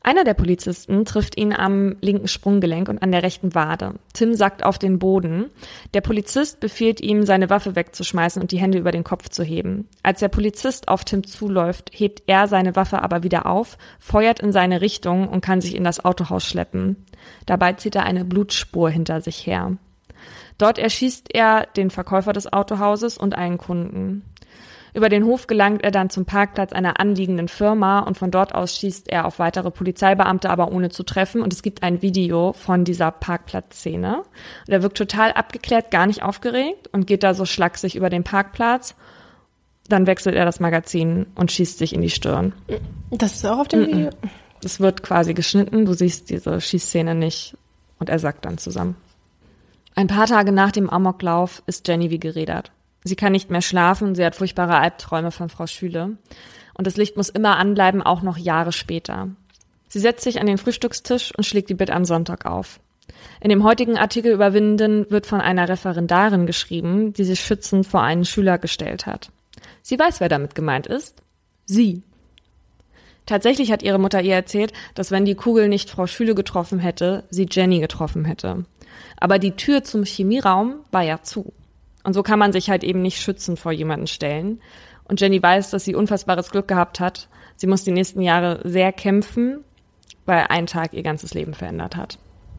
S1: Einer der Polizisten trifft ihn am linken Sprunggelenk und an der rechten Wade. Tim sackt auf den Boden. Der Polizist befiehlt ihm, seine Waffe wegzuschmeißen und die Hände über den Kopf zu heben. Als der Polizist auf Tim zuläuft, hebt er seine Waffe aber wieder auf, feuert in seine Richtung und kann sich in das Autohaus schleppen. Dabei zieht er eine Blutspur hinter sich her. Dort erschießt er den Verkäufer des Autohauses und einen Kunden. Über den Hof gelangt er dann zum Parkplatz einer anliegenden Firma und von dort aus schießt er auf weitere Polizeibeamte, aber ohne zu treffen. Und es gibt ein Video von dieser Parkplatzszene. Und er wirkt total abgeklärt, gar nicht aufgeregt und geht da so schlaksig über den Parkplatz. Dann wechselt er das Magazin und schießt sich in die Stirn.
S2: Das ist auch auf dem Video?
S1: Es wird quasi geschnitten, du siehst diese Schießszene nicht und er sackt dann zusammen. Ein paar Tage nach dem Amoklauf ist Jenny wie gerädert. Sie kann nicht mehr schlafen, sie hat furchtbare Albträume von Frau Schüle. Und das Licht muss immer anbleiben, auch noch Jahre später. Sie setzt sich an den Frühstückstisch und schlägt die Bit am Sonntag auf. In dem heutigen Artikel über Winden wird von einer Referendarin geschrieben, die sich schützend vor einen Schüler gestellt hat. Sie weiß, wer damit gemeint ist. Sie. Tatsächlich hat ihre Mutter ihr erzählt, dass wenn die Kugel nicht Frau Schüle getroffen hätte, sie Jenny getroffen hätte. Aber die Tür zum Chemieraum war ja zu. Und so kann man sich halt eben nicht schützend vor jemanden stellen. Und Jenny weiß, dass sie unfassbares Glück gehabt hat. Sie muss die nächsten Jahre sehr kämpfen, weil ein Tag ihr ganzes Leben verändert hat.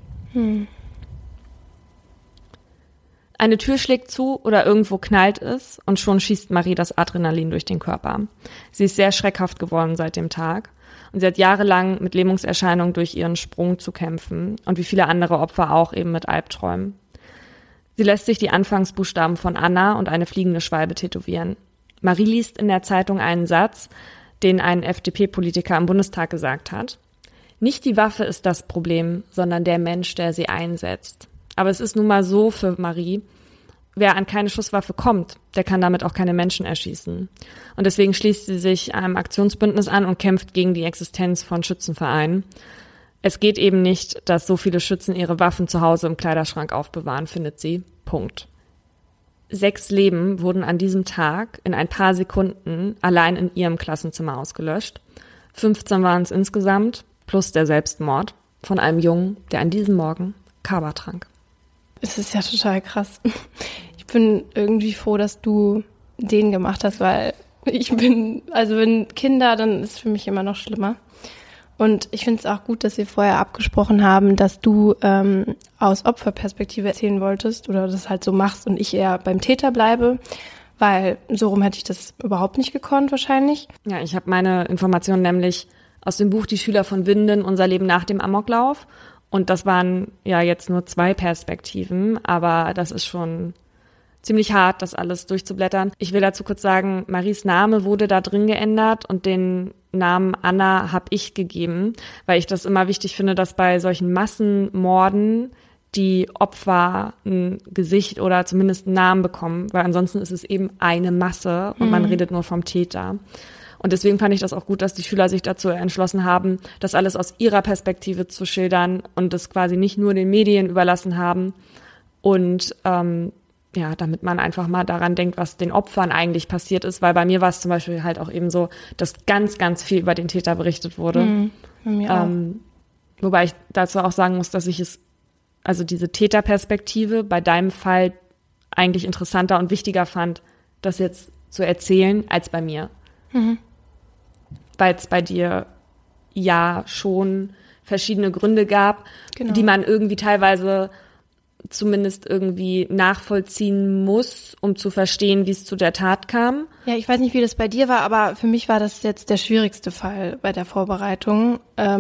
S1: Eine Tür schlägt zu oder irgendwo knallt es und schon schießt Marie das Adrenalin durch den Körper. Sie ist sehr schreckhaft geworden seit dem Tag. Und sie hat jahrelang mit Lähmungserscheinungen durch ihren Sprung zu kämpfen. Und wie viele andere Opfer auch eben mit Albträumen. Sie lässt sich die Anfangsbuchstaben von Anna und eine fliegende Schwalbe tätowieren. Marie liest in der Zeitung einen Satz, den ein FDP-Politiker im Bundestag gesagt hat. Nicht die Waffe ist das Problem, sondern der Mensch, der sie einsetzt. Aber es ist nun mal so für Marie, wer an keine Schusswaffe kommt, der kann damit auch keine Menschen erschießen. Und deswegen schließt sie sich einem Aktionsbündnis an und kämpft gegen die Existenz von Schützenvereinen. Es geht eben nicht, dass so viele Schützen ihre Waffen zu Hause im Kleiderschrank aufbewahren, findet sie. Punkt. 6 Leben wurden an diesem Tag in ein paar Sekunden allein in ihrem Klassenzimmer ausgelöscht. 15 waren es insgesamt, plus der Selbstmord von einem Jungen, der an diesem Morgen Kaba trank.
S2: Es ist ja total krass. Ich bin irgendwie froh, dass du den gemacht hast, weil wenn Kinder, dann ist es für mich immer noch schlimmer. Und ich finde es auch gut, dass wir vorher abgesprochen haben, dass du aus Opferperspektive erzählen wolltest oder das halt so machst und ich eher beim Täter bleibe, weil so rum hätte ich das überhaupt nicht gekonnt wahrscheinlich.
S1: Ja, ich habe meine Informationen nämlich aus dem Buch Die Schüler von Winden, unser Leben nach dem Amoklauf. Und das waren ja jetzt nur 2 Perspektiven, aber das ist schon ziemlich hart, das alles durchzublättern. Ich will dazu kurz sagen, Maries Name wurde da drin geändert und den Namen Anna habe ich gegeben, weil ich das immer wichtig finde, dass bei solchen Massenmorden die Opfer ein Gesicht oder zumindest einen Namen bekommen, weil ansonsten ist es eben eine Masse und man redet nur vom Täter. Und deswegen fand ich das auch gut, dass die Schüler sich dazu entschlossen haben, das alles aus ihrer Perspektive zu schildern und das quasi nicht nur den Medien überlassen haben und damit man einfach mal daran denkt, was den Opfern eigentlich passiert ist, weil bei mir war es zum Beispiel halt auch eben so, dass ganz, ganz viel über den Täter berichtet wurde.
S2: Bei mir auch.
S1: Wobei ich dazu auch sagen muss, dass ich diese Täterperspektive bei deinem Fall eigentlich interessanter und wichtiger fand, das jetzt zu erzählen, als bei mir. Weil es bei dir ja schon verschiedene Gründe gab, die man irgendwie teilweise zumindest irgendwie nachvollziehen muss, um zu verstehen, wie es zu der Tat kam.
S2: Ja, ich weiß nicht, wie das bei dir war, aber für mich war das jetzt der schwierigste Fall bei der Vorbereitung.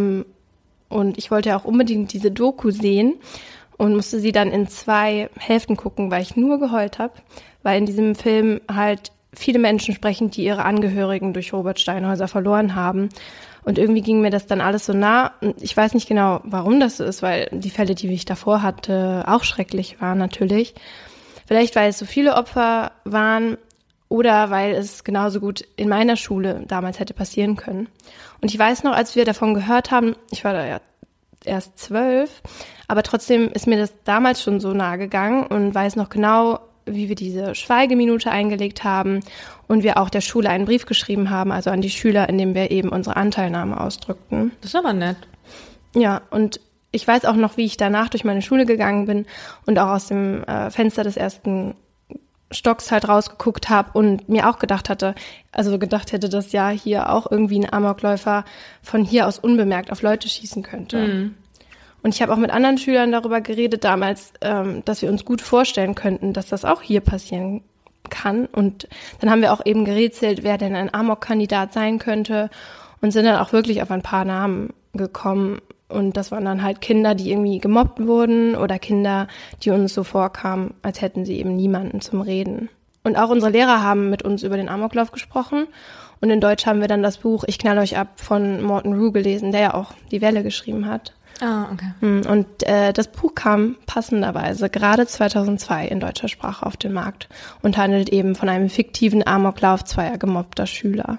S2: Und ich wollte ja auch unbedingt diese Doku sehen und musste sie dann in 2 Hälften gucken, weil ich nur geheult habe, weil in diesem Film halt viele Menschen sprechen, die ihre Angehörigen durch Robert Steinhäuser verloren haben. Und irgendwie ging mir das dann alles so nah. Und ich weiß nicht genau, warum das so ist, weil die Fälle, die ich davor hatte, auch schrecklich waren natürlich. Vielleicht, weil es so viele Opfer waren oder weil es genauso gut in meiner Schule damals hätte passieren können. Und ich weiß noch, als wir davon gehört haben, ich war da ja erst 12, aber trotzdem ist mir das damals schon so nahe gegangen und weiß noch genau, wie wir diese Schweigeminute eingelegt haben und wir auch der Schule einen Brief geschrieben haben, also an die Schüler, in dem wir eben unsere Anteilnahme ausdrückten.
S1: Das ist aber nett.
S2: Ja, und ich weiß auch noch, wie ich danach durch meine Schule gegangen bin und auch aus dem Fenster des ersten Stocks halt rausgeguckt habe und mir auch gedacht hätte, dass ja hier auch irgendwie ein Amokläufer von hier aus unbemerkt auf Leute schießen könnte. Mhm. Und ich habe auch mit anderen Schülern darüber geredet damals, dass wir uns gut vorstellen könnten, dass das auch hier passieren kann. Und dann haben wir auch eben gerätselt, wer denn ein Amok-Kandidat sein könnte und sind dann auch wirklich auf ein paar Namen gekommen. Und das waren dann halt Kinder, die irgendwie gemobbt wurden oder Kinder, die uns so vorkamen, als hätten sie eben niemanden zum Reden. Und auch unsere Lehrer haben mit uns über den Amoklauf gesprochen. Und in Deutsch haben wir dann das Buch Ich knall euch ab von Morton Rue gelesen, der ja auch Die Welle geschrieben hat.
S1: Ah, okay.
S2: Und das Buch kam passenderweise gerade 2002 in deutscher Sprache auf den Markt und handelt eben von einem fiktiven Amoklauf zweier gemobbter Schüler.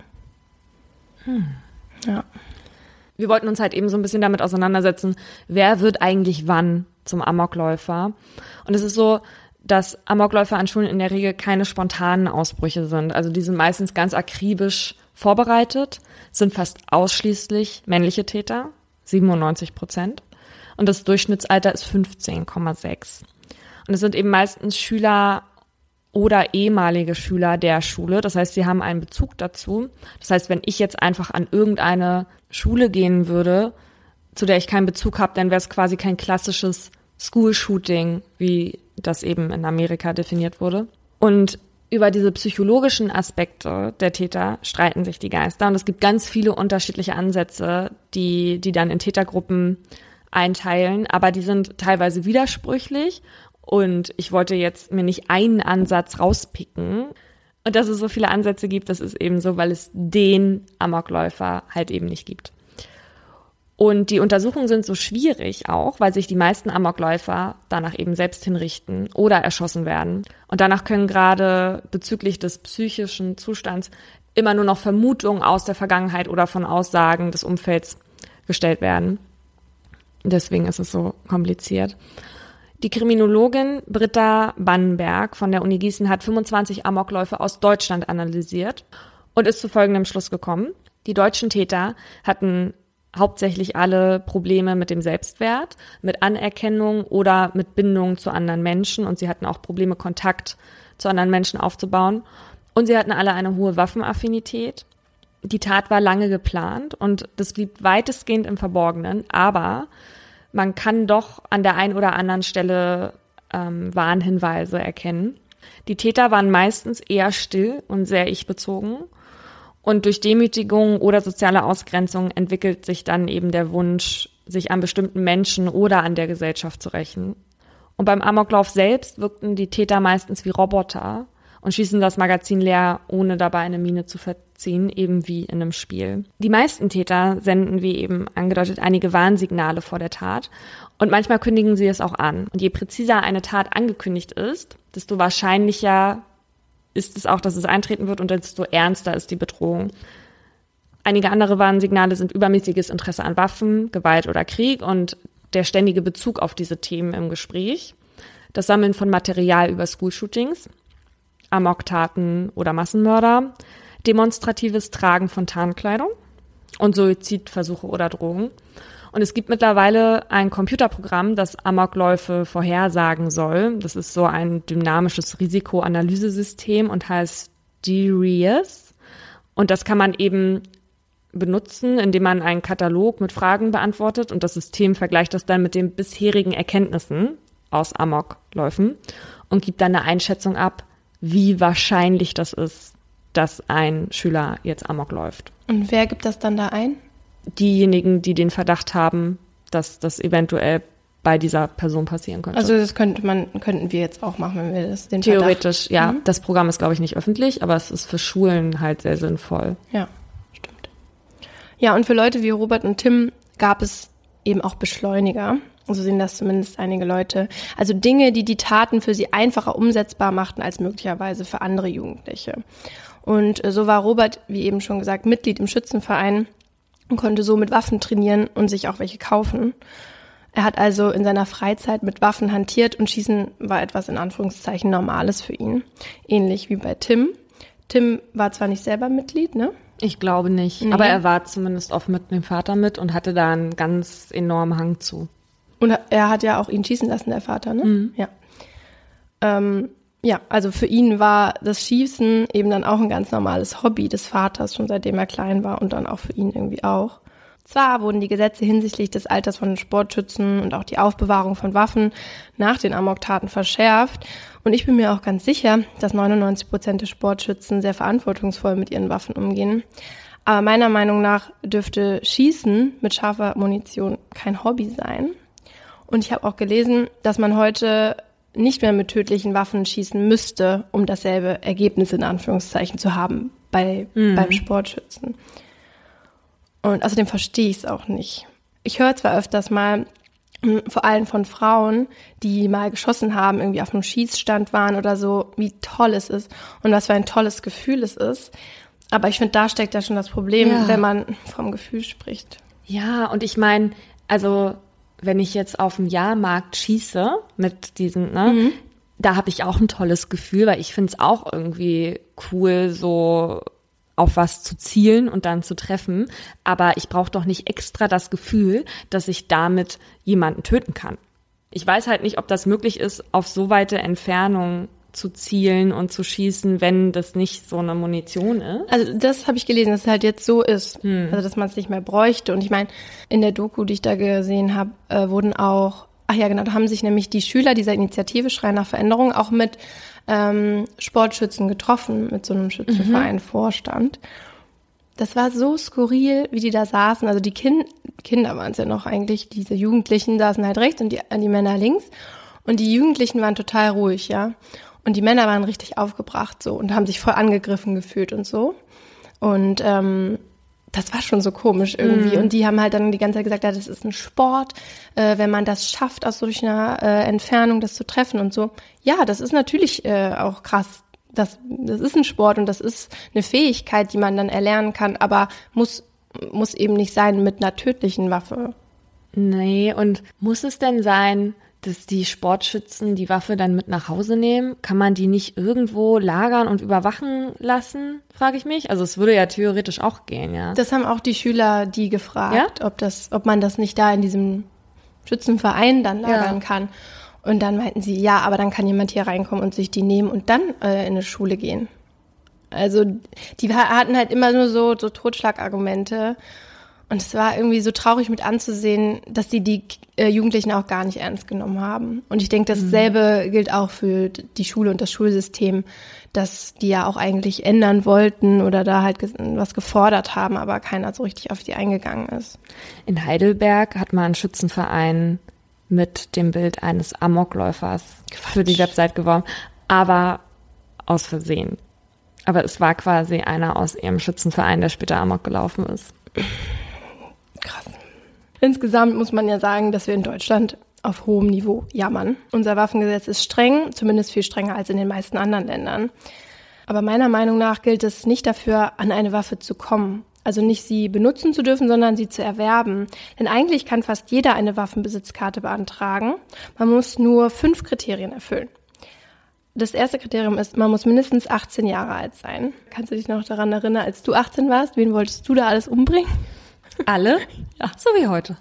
S2: Ja.
S1: Wir wollten uns halt eben so ein bisschen damit auseinandersetzen, wer wird eigentlich wann zum Amokläufer. Und es ist so, dass Amokläufer an Schulen in der Regel keine spontanen Ausbrüche sind. Also die sind meistens ganz akribisch vorbereitet, sind fast ausschließlich männliche Täter, 97%. Und das Durchschnittsalter ist 15,6. Und es sind eben meistens Schüler oder ehemalige Schüler der Schule. Das heißt, sie haben einen Bezug dazu. Das heißt, wenn ich jetzt einfach an irgendeine Schule gehen würde, zu der ich keinen Bezug habe, dann wäre es quasi kein klassisches School-Shooting, wie das eben in Amerika definiert wurde. Und über diese psychologischen Aspekte der Täter streiten sich die Geister. Und es gibt ganz viele unterschiedliche Ansätze, die dann in Tätergruppen einteilen. Aber die sind teilweise widersprüchlich. Und ich wollte jetzt mir nicht einen Ansatz rauspicken. Und dass es so viele Ansätze gibt, das ist eben so, weil es den Amokläufer halt eben nicht gibt. Und die Untersuchungen sind so schwierig auch, weil sich die meisten Amokläufer danach eben selbst hinrichten oder erschossen werden. Und danach können gerade bezüglich des psychischen Zustands immer nur noch Vermutungen aus der Vergangenheit oder von Aussagen des Umfelds gestellt werden. Deswegen ist es so kompliziert. Die Kriminologin Britta Bannenberg von der Uni Gießen hat 25 Amokläufe aus Deutschland analysiert und ist zu folgendem Schluss gekommen. Die deutschen Täter hatten hauptsächlich alle Probleme mit dem Selbstwert, mit Anerkennung oder mit Bindung zu anderen Menschen und sie hatten auch Probleme, Kontakt zu anderen Menschen aufzubauen. Und sie hatten alle eine hohe Waffenaffinität. Die Tat war lange geplant und das blieb weitestgehend im Verborgenen, aber man kann doch an der einen oder anderen Stelle Warnhinweise erkennen. Die Täter waren meistens eher still und sehr ich-bezogen. Und durch Demütigung oder soziale Ausgrenzung entwickelt sich dann eben der Wunsch, sich an bestimmten Menschen oder an der Gesellschaft zu rächen. Und beim Amoklauf selbst wirkten die Täter meistens wie Roboter und schießen das Magazin leer, ohne dabei eine Miene zu verziehen, eben wie in einem Spiel. Die meisten Täter senden, wie eben angedeutet, einige Warnsignale vor der Tat und manchmal kündigen sie es auch an. Und je präziser eine Tat angekündigt ist, desto wahrscheinlicher ist es auch, dass es eintreten wird und desto ernster ist die Bedrohung. Einige andere Warnsignale sind übermäßiges Interesse an Waffen, Gewalt oder Krieg und der ständige Bezug auf diese Themen im Gespräch, das Sammeln von Material über School-Shootings, Amoktaten oder Massenmörder, demonstratives Tragen von Tarnkleidung und Suizidversuche oder Drohungen. Und es gibt mittlerweile ein Computerprogramm, das Amokläufe vorhersagen soll. Das ist so ein dynamisches Risikoanalyse-System und heißt DREAS. Und das kann man eben benutzen, indem man einen Katalog mit Fragen beantwortet und das System vergleicht das dann mit den bisherigen Erkenntnissen aus Amokläufen und gibt dann eine Einschätzung ab, wie wahrscheinlich das ist, dass ein Schüler jetzt Amok läuft.
S2: Und wer gibt das dann da ein?
S1: Diejenigen, die den Verdacht haben, dass das eventuell bei dieser Person passieren könnte.
S2: Also das könnten wir jetzt auch machen, wenn wir das den
S1: Theoretisch,
S2: Verdacht.
S1: ja. Das Programm ist, glaube ich, nicht öffentlich, aber es ist für Schulen halt sehr sinnvoll.
S2: Ja, stimmt. Ja, und für Leute wie Robert und Tim gab es eben auch Beschleuniger. So sehen das zumindest einige Leute. Also Dinge, die die Taten für sie einfacher umsetzbar machten als möglicherweise für andere Jugendliche. Und so war Robert, wie eben schon gesagt, Mitglied im Schützenverein und konnte so mit Waffen trainieren und sich auch welche kaufen. Er hat also in seiner Freizeit mit Waffen hantiert und Schießen war etwas in Anführungszeichen Normales für ihn. Ähnlich wie bei Tim. Tim war zwar nicht selber Mitglied, ne?
S1: Ich glaube nicht.
S2: Nee.
S1: Aber er war zumindest oft mit dem Vater mit und hatte da einen ganz enormen Hang zu.
S2: Und er hat ja auch ihn schießen lassen, der Vater, ne? Ja. Ja, also für ihn war das Schießen eben dann auch ein ganz normales Hobby des Vaters, schon seitdem er klein war und dann auch für ihn irgendwie auch. Zwar wurden die Gesetze hinsichtlich des Alters von Sportschützen und auch die Aufbewahrung von Waffen nach den Amoktaten verschärft. Und ich bin mir auch ganz sicher, dass 99% der Sportschützen sehr verantwortungsvoll mit ihren Waffen umgehen. Aber meiner Meinung nach dürfte Schießen mit scharfer Munition kein Hobby sein. Und ich habe auch gelesen, dass man heute nicht mehr mit tödlichen Waffen schießen müsste, um dasselbe Ergebnis in Anführungszeichen zu haben beim Sportschützen. Und außerdem verstehe ich es auch nicht. Ich höre zwar öfters mal, vor allem von Frauen, die mal geschossen haben, irgendwie auf einem Schießstand waren oder so, wie toll es ist und was für ein tolles Gefühl es ist. Aber ich finde, da steckt ja schon das Problem, wenn man vom Gefühl spricht.
S1: Ja, und ich meine, also wenn ich jetzt auf dem Jahrmarkt schieße mit diesen, ne, da habe ich auch ein tolles Gefühl, weil ich finde es auch irgendwie cool, so auf was zu zielen und dann zu treffen. Aber ich brauche doch nicht extra das Gefühl, dass ich damit jemanden töten kann. Ich weiß halt nicht, ob das möglich ist, auf so weite Entfernung zu zielen und zu schießen, wenn das nicht so eine Munition ist.
S2: Also das habe ich gelesen, dass es halt jetzt so ist. Also dass man es nicht mehr bräuchte. Und ich meine, in der Doku, die ich da gesehen habe, wurden auch, da haben sich nämlich die Schüler dieser Initiative Schrei nach Veränderung auch mit Sportschützen getroffen, mit so einem Schützenverein Vorstand. Das war so skurril, wie die da saßen. Also die Kinder waren es ja noch eigentlich, diese Jugendlichen saßen halt rechts und die Männer links. Und die Jugendlichen waren total ruhig, ja. Und die Männer waren richtig aufgebracht so und haben sich voll angegriffen gefühlt und so. Und das war schon so komisch irgendwie. Und die haben halt dann die ganze Zeit gesagt, ja, das ist ein Sport, wenn man das schafft, aus solch einer Entfernung das zu treffen und so. Ja, das ist natürlich auch krass. Das ist ein Sport und das ist eine Fähigkeit, die man dann erlernen kann, aber muss eben nicht sein mit einer tödlichen Waffe.
S1: Nee, und muss es denn sein, dass die Sportschützen die Waffe dann mit nach Hause nehmen? Kann man die nicht irgendwo lagern und überwachen lassen, frage ich mich. Also es würde ja theoretisch auch gehen, ja.
S2: Das haben auch die Schüler die gefragt, ob man das nicht da in diesem Schützenverein dann lagern kann. Und dann meinten sie, ja, aber dann kann jemand hier reinkommen und sich die nehmen und dann in eine Schule gehen. Also die hatten halt immer nur so Totschlagargumente. Und es war irgendwie so traurig mit anzusehen, dass die Jugendlichen auch gar nicht ernst genommen haben. Und ich denke, dasselbe gilt auch für die Schule und das Schulsystem, dass die ja auch eigentlich ändern wollten oder da halt was gefordert haben, aber keiner so richtig auf die eingegangen ist.
S1: In Heidelberg hat man einen Schützenverein mit dem Bild eines Amokläufers für die Website geworben, aber aus Versehen. Aber es war quasi einer aus ihrem Schützenverein, der später Amok gelaufen ist.
S2: Krass. Insgesamt muss man ja sagen, dass wir in Deutschland auf hohem Niveau jammern. Unser Waffengesetz ist streng, zumindest viel strenger als in den meisten anderen Ländern. Aber meiner Meinung nach gilt es nicht dafür, an eine Waffe zu kommen. Also nicht sie benutzen zu dürfen, sondern sie zu erwerben. Denn eigentlich kann fast jeder eine Waffenbesitzkarte beantragen. Man muss nur 5 Kriterien erfüllen. Das erste Kriterium ist, man muss mindestens 18 Jahre alt sein. Kannst du dich noch daran erinnern, als du 18 warst? Wen wolltest du da alles umbringen?
S1: Alle?
S2: Ja.
S1: So wie heute.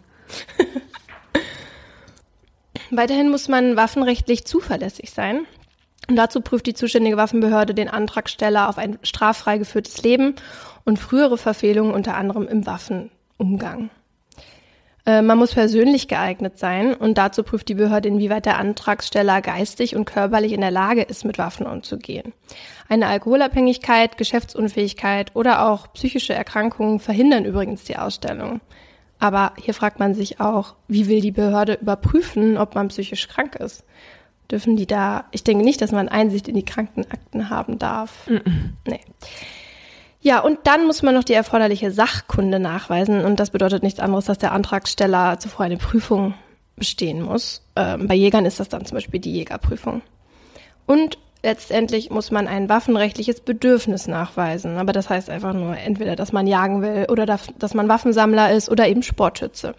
S2: Weiterhin muss man waffenrechtlich zuverlässig sein. Und dazu prüft die zuständige Waffenbehörde den Antragsteller auf ein straffrei geführtes Leben und frühere Verfehlungen unter anderem im Waffenumgang. Man muss persönlich geeignet sein und dazu prüft die Behörde, inwieweit der Antragsteller geistig und körperlich in der Lage ist, mit Waffen umzugehen. Eine Alkoholabhängigkeit, Geschäftsunfähigkeit oder auch psychische Erkrankungen verhindern übrigens die Ausstellung. Aber hier fragt man sich auch, wie will die Behörde überprüfen, ob man psychisch krank ist? Dürfen die da, ich denke nicht, dass man Einsicht in die Krankenakten haben darf. Nee. Ja, und dann muss man noch die erforderliche Sachkunde nachweisen und das bedeutet nichts anderes, dass der Antragsteller zuvor eine Prüfung bestehen muss. Bei Jägern ist das dann zum Beispiel die Jägerprüfung. Und letztendlich muss man ein waffenrechtliches Bedürfnis nachweisen, aber das heißt einfach nur entweder, dass man jagen will oder dass man Waffensammler ist oder eben Sportschütze.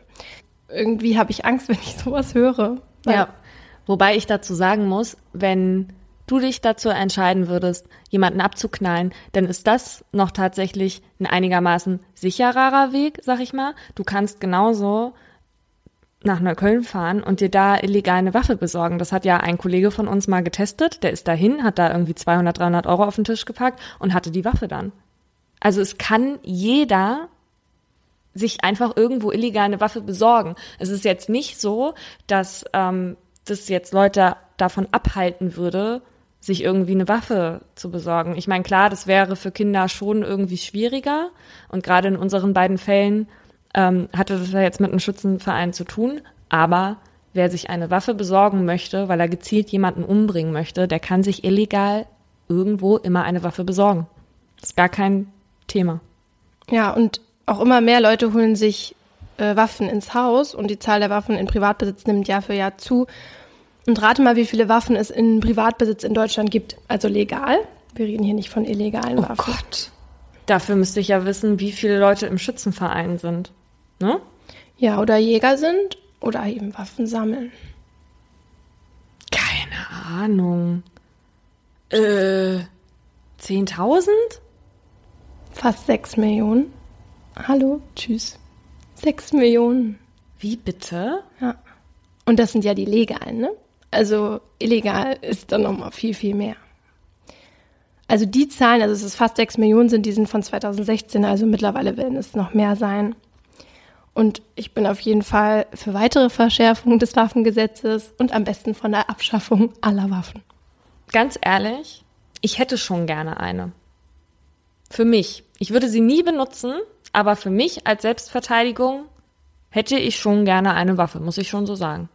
S2: Irgendwie habe ich Angst, wenn ich sowas höre.
S1: Ja, wobei ich dazu sagen muss, wenn du dich dazu entscheiden würdest, jemanden abzuknallen, dann ist das noch tatsächlich ein einigermaßen sichererer Weg, sag ich mal. Du kannst genauso nach Neukölln fahren und dir da illegal eine Waffe besorgen. Das hat ja ein Kollege von uns mal getestet. Der ist dahin, hat da irgendwie 200, 300 Euro auf den Tisch gepackt und hatte die Waffe dann. Also es kann jeder sich einfach irgendwo illegal eine Waffe besorgen. Es ist jetzt nicht so, dass das jetzt Leute davon abhalten würde, sich irgendwie eine Waffe zu besorgen. Ich meine, klar, das wäre für Kinder schon irgendwie schwieriger. Und gerade in unseren beiden Fällen hatte das ja jetzt mit einem Schützenverein zu tun. Aber wer sich eine Waffe besorgen möchte, weil er gezielt jemanden umbringen möchte, der kann sich illegal irgendwo immer eine Waffe besorgen. Das ist gar kein Thema.
S2: Ja, und auch immer mehr Leute holen sich Waffen ins Haus und die Zahl der Waffen in Privatbesitz nimmt Jahr für Jahr zu. Und rate mal, wie viele Waffen es in Privatbesitz in Deutschland gibt. Also legal. Wir reden hier nicht von illegalen Waffen.
S1: Oh Gott. Dafür müsste ich ja wissen, wie viele Leute im Schützenverein sind. Ne?
S2: Ja, oder Jäger sind oder eben Waffen sammeln.
S1: Keine Ahnung. 10.000?
S2: Fast 6 Millionen. Hallo, tschüss. 6 Millionen.
S1: Wie bitte?
S2: Ja. Und das sind ja die legalen, ne? Also illegal ist dann nochmal viel, viel mehr. Also die Zahlen, also es ist fast 6 Millionen sind, die sind von 2016, also mittlerweile werden es noch mehr sein. Und ich bin auf jeden Fall für weitere Verschärfungen des Waffengesetzes und am besten von der Abschaffung aller Waffen.
S1: Ganz ehrlich, ich hätte schon gerne eine. Für mich. Ich würde sie nie benutzen, aber für mich als Selbstverteidigung hätte ich schon gerne eine Waffe, muss ich schon so sagen.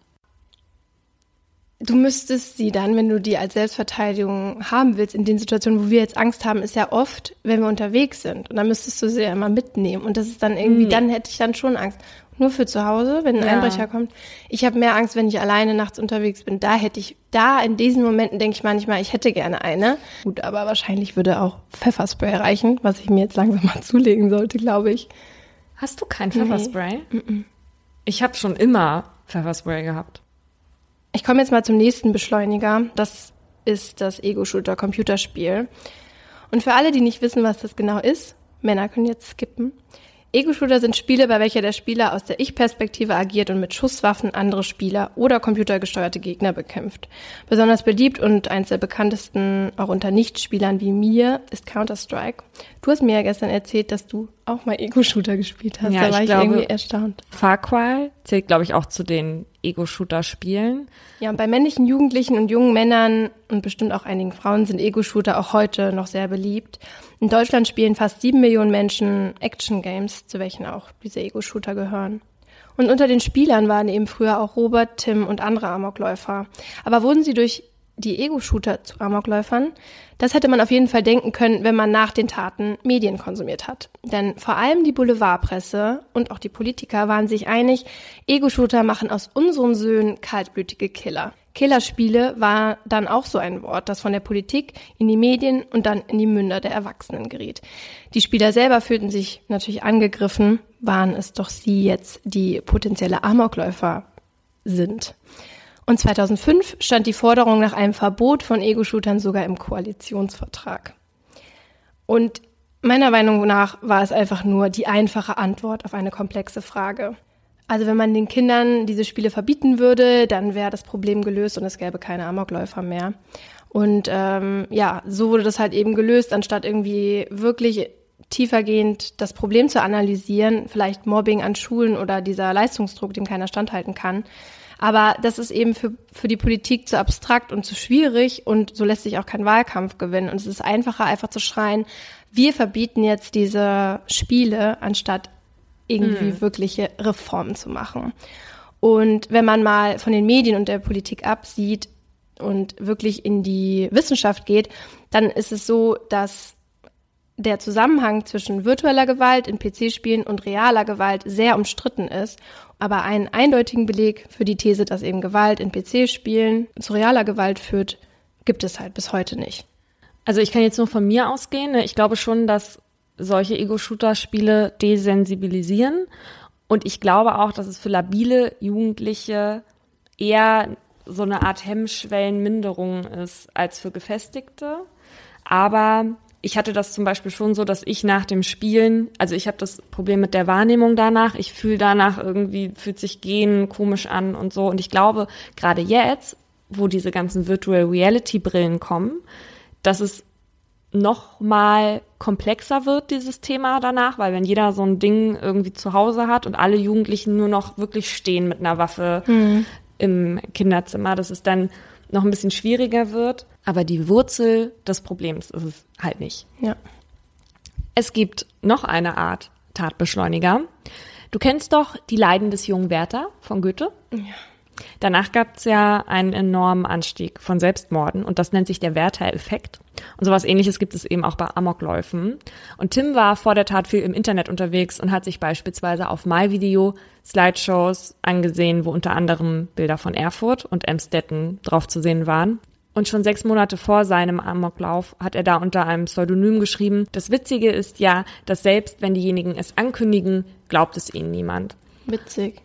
S2: Du müsstest sie dann, wenn du die als Selbstverteidigung haben willst, in den Situationen, wo wir jetzt Angst haben, ist ja oft, wenn wir unterwegs sind. Und dann müsstest du sie ja immer mitnehmen. Und das ist dann irgendwie, dann hätte ich dann schon Angst. Nur für zu Hause, wenn ein Einbrecher kommt. Ich habe mehr Angst, wenn ich alleine nachts unterwegs bin. Da in diesen Momenten denke ich manchmal, ich hätte gerne eine. Gut, aber wahrscheinlich würde auch Pfefferspray reichen, was ich mir jetzt langsam mal zulegen sollte, glaube ich.
S1: Hast du kein Pfefferspray?
S2: Nee.
S1: Ich habe schon immer Pfefferspray gehabt.
S2: Ich komme jetzt mal zum nächsten Beschleuniger. Das ist das Ego-Shooter-Computerspiel. Und für alle, die nicht wissen, was das genau ist, Männer können jetzt skippen. Ego-Shooter sind Spiele, bei welcher der Spieler aus der Ich-Perspektive agiert und mit Schusswaffen andere Spieler oder computergesteuerte Gegner bekämpft. Besonders beliebt und eins der bekanntesten, auch unter Nichtspielern wie mir, ist Counter-Strike. Du hast mir ja gestern erzählt, dass du auch mal Ego-Shooter gespielt hast.
S1: Ja,
S2: da war ich irgendwie erstaunt.
S1: Far Cry zählt, glaube ich, auch zu den Ego-Shooter-Spielen.
S2: Ja, und bei männlichen Jugendlichen und jungen Männern und bestimmt auch einigen Frauen sind Ego-Shooter auch heute noch sehr beliebt. In Deutschland spielen fast 7 Millionen Menschen Action-Games, zu welchen auch diese Ego-Shooter gehören. Und unter den Spielern waren eben früher auch Robert, Tim und andere Amokläufer. Aber wurden sie durch die Ego-Shooter zu Amokläufern? Das hätte man auf jeden Fall denken können, wenn man nach den Taten Medien konsumiert hat. Denn vor allem die Boulevardpresse und auch die Politiker waren sich einig, Ego-Shooter machen aus unseren Söhnen kaltblütige Killer. Killerspiele war dann auch so ein Wort, das von der Politik in die Medien und dann in die Münder der Erwachsenen geriet. Die Spieler selber fühlten sich natürlich angegriffen, waren es doch sie jetzt, die potenzielle Amokläufer sind. Und 2005 stand die Forderung nach einem Verbot von Ego-Shootern sogar im Koalitionsvertrag. Und meiner Meinung nach war es einfach nur die einfache Antwort auf eine komplexe Frage. Also wenn man den Kindern diese Spiele verbieten würde, dann wäre das Problem gelöst und es gäbe keine Amokläufer mehr. Und so wurde das halt eben gelöst, anstatt irgendwie wirklich tiefergehend das Problem zu analysieren, vielleicht Mobbing an Schulen oder dieser Leistungsdruck, dem keiner standhalten kann. Aber das ist eben für die Politik zu abstrakt und zu schwierig und so lässt sich auch kein Wahlkampf gewinnen. Und es ist einfacher, einfach zu schreien, wir verbieten jetzt diese Spiele, anstatt irgendwie wirkliche Reformen zu machen. Und wenn man mal von den Medien und der Politik absieht und wirklich in die Wissenschaft geht, dann ist es so, dass der Zusammenhang zwischen virtueller Gewalt in PC-Spielen und realer Gewalt sehr umstritten ist. Aber einen eindeutigen Beleg für die These, dass eben Gewalt in PC-Spielen zu realer Gewalt führt, gibt es halt bis heute nicht.
S1: Also ich kann jetzt nur von mir ausgehen. Ich glaube schon, dass solche Ego-Shooter-Spiele desensibilisieren. Und ich glaube auch, dass es für labile Jugendliche eher so eine Art Hemmschwellenminderung ist als für Gefestigte. Aber ich hatte das zum Beispiel schon so, dass ich nach dem Spielen, also ich habe das Problem mit der Wahrnehmung danach, ich fühle danach irgendwie, fühlt sich Gehen komisch an und so. Und ich glaube, gerade jetzt, wo diese ganzen Virtual Reality Brillen kommen, dass es noch mal komplexer wird, dieses Thema danach, weil wenn jeder so ein Ding irgendwie zu Hause hat und alle Jugendlichen nur noch wirklich stehen mit einer Waffe im Kinderzimmer, dass es dann noch ein bisschen schwieriger wird. Aber die Wurzel des Problems ist es halt nicht.
S2: Ja.
S1: Es gibt noch eine Art Tatbeschleuniger. Du kennst doch Die Leiden des jungen Werther von Goethe?
S2: Ja.
S1: Danach gab es ja einen enormen Anstieg von Selbstmorden und das nennt sich der Werther-Effekt. Und sowas Ähnliches gibt es eben auch bei Amokläufen. Und Tim war vor der Tat viel im Internet unterwegs und hat sich beispielsweise auf MyVideo Slideshows angesehen, wo unter anderem Bilder von Erfurt und Emstetten drauf zu sehen waren. Und schon 6 Monate vor seinem Amoklauf hat er da unter einem Pseudonym geschrieben: Das Witzige ist ja, dass selbst wenn diejenigen es ankündigen, glaubt es ihnen niemand.
S2: Witzig.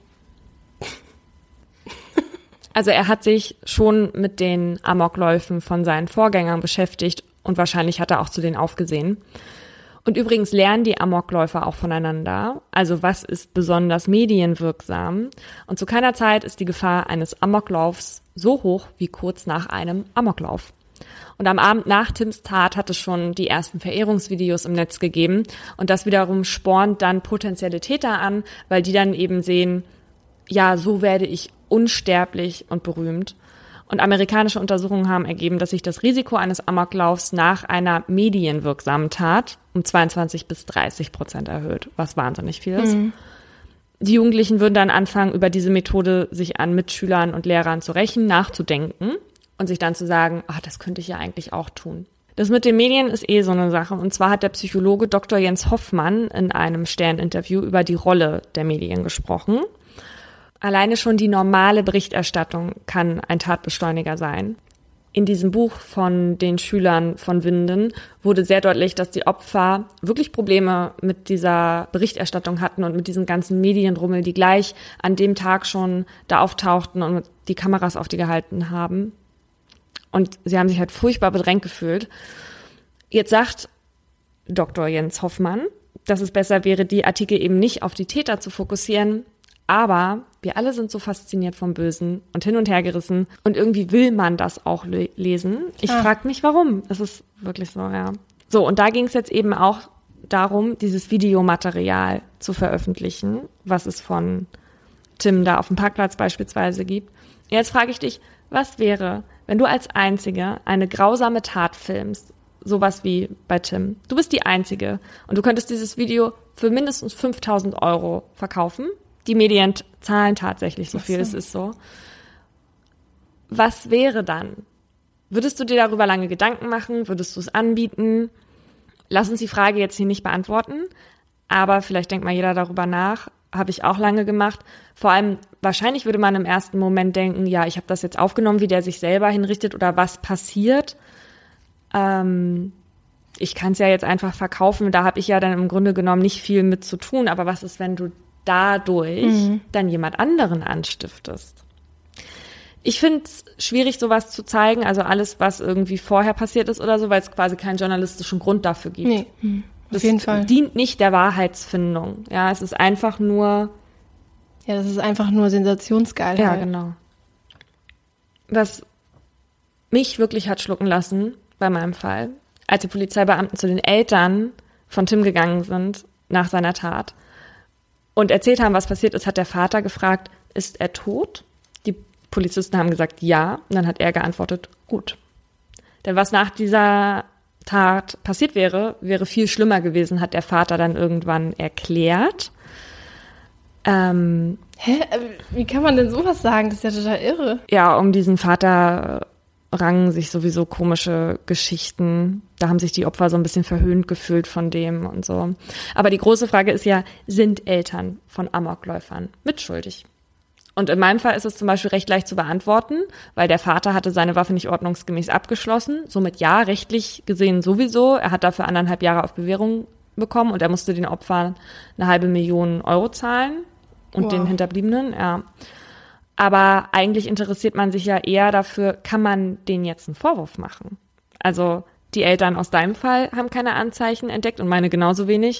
S1: Also er hat sich schon mit den Amokläufen von seinen Vorgängern beschäftigt und wahrscheinlich hat er auch zu denen aufgesehen. Und übrigens lernen die Amokläufer auch voneinander. Also was ist besonders medienwirksam? Und zu keiner Zeit ist die Gefahr eines Amoklaufs so hoch wie kurz nach einem Amoklauf. Und am Abend nach Tims Tat hat es schon die ersten Verehrungsvideos im Netz gegeben. Und das wiederum spornt dann potenzielle Täter an, weil die dann eben sehen, ja, so werde ich unsterblich und berühmt. Und amerikanische Untersuchungen haben ergeben, dass sich das Risiko eines Amoklaufs nach einer medienwirksamen Tat um 22-30% erhöht, was wahnsinnig viel ist. Die Jugendlichen würden dann anfangen, über diese Methode sich an Mitschülern und Lehrern zu rächen, nachzudenken und sich dann zu sagen, ach, das könnte ich ja eigentlich auch tun. Das mit den Medien ist so eine Sache. Und zwar hat der Psychologe Dr. Jens Hoffmann in einem Stern-Interview über die Rolle der Medien gesprochen. Alleine schon die normale Berichterstattung kann ein Tatbeschleuniger sein. In diesem Buch von den Schülern von Winden wurde sehr deutlich, dass die Opfer wirklich Probleme mit dieser Berichterstattung hatten und mit diesem ganzen Medienrummel, die gleich an dem Tag schon da auftauchten und die Kameras auf die gehalten haben. Und sie haben sich halt furchtbar bedrängt gefühlt. Jetzt sagt Dr. Jens Hoffmann, dass es besser wäre, die Artikel eben nicht auf die Täter zu fokussieren, aber wir alle sind so fasziniert vom Bösen und hin und her gerissen und irgendwie will man das auch lesen. Ich frage mich, warum. Es ist wirklich so, ja. So, und da ging es jetzt eben auch darum, dieses Videomaterial zu veröffentlichen, was es von Tim da auf dem Parkplatz beispielsweise gibt. Jetzt frage ich dich, was wäre, wenn du als Einzige eine grausame Tat filmst, sowas wie bei Tim. Du bist die Einzige und du könntest dieses Video für mindestens 5.000 € verkaufen. Die Medien zahlen tatsächlich so viel, es ist so. Was wäre dann? Würdest du dir darüber lange Gedanken machen? Würdest du es anbieten? Lass uns die Frage jetzt hier nicht beantworten, aber vielleicht denkt mal jeder darüber nach. Habe ich auch lange gemacht. Vor allem, wahrscheinlich würde man im ersten Moment denken, ja, ich habe das jetzt aufgenommen, wie der sich selber hinrichtet oder was passiert. Ich kann es ja jetzt einfach verkaufen, da habe ich ja dann im Grunde genommen nicht viel mit zu tun, aber was ist, wenn du dadurch dann jemand anderen anstiftest? Ich finde es schwierig, sowas zu zeigen, also alles, was irgendwie vorher passiert ist oder so, weil es quasi keinen journalistischen Grund dafür gibt.
S2: Nee, auf jeden Fall.
S1: Das dient nicht der Wahrheitsfindung. Ja, es ist einfach nur...
S2: Ja, das ist einfach nur sensationsgeil.
S1: Ja, genau. Was mich wirklich hat schlucken lassen bei meinem Fall, als die Polizeibeamten zu den Eltern von Tim gegangen sind nach seiner Tat und erzählt haben, was passiert ist, hat der Vater gefragt, ist er tot? Die Polizisten haben gesagt, ja. Und dann hat er geantwortet, gut. Denn was nach dieser Tat passiert wäre, wäre viel schlimmer gewesen, hat der Vater dann irgendwann erklärt.
S2: Wie kann man denn sowas sagen? Das ist ja total irre.
S1: Ja, um diesen Vater rangen sich sowieso komische Geschichten. Da haben sich die Opfer so ein bisschen verhöhnt gefühlt von dem und so. Aber die große Frage ist ja, sind Eltern von Amokläufern mitschuldig? Und in meinem Fall ist es zum Beispiel recht leicht zu beantworten, weil der Vater hatte seine Waffe nicht ordnungsgemäß abgeschlossen. Somit ja, rechtlich gesehen sowieso. Er hat dafür 1,5 Jahre auf Bewährung bekommen und er musste den Opfern 500.000 € zahlen und den Hinterbliebenen, ja. Aber eigentlich interessiert man sich ja eher dafür, kann man denen jetzt einen Vorwurf machen? Also die Eltern aus deinem Fall haben keine Anzeichen entdeckt und meine genauso wenig.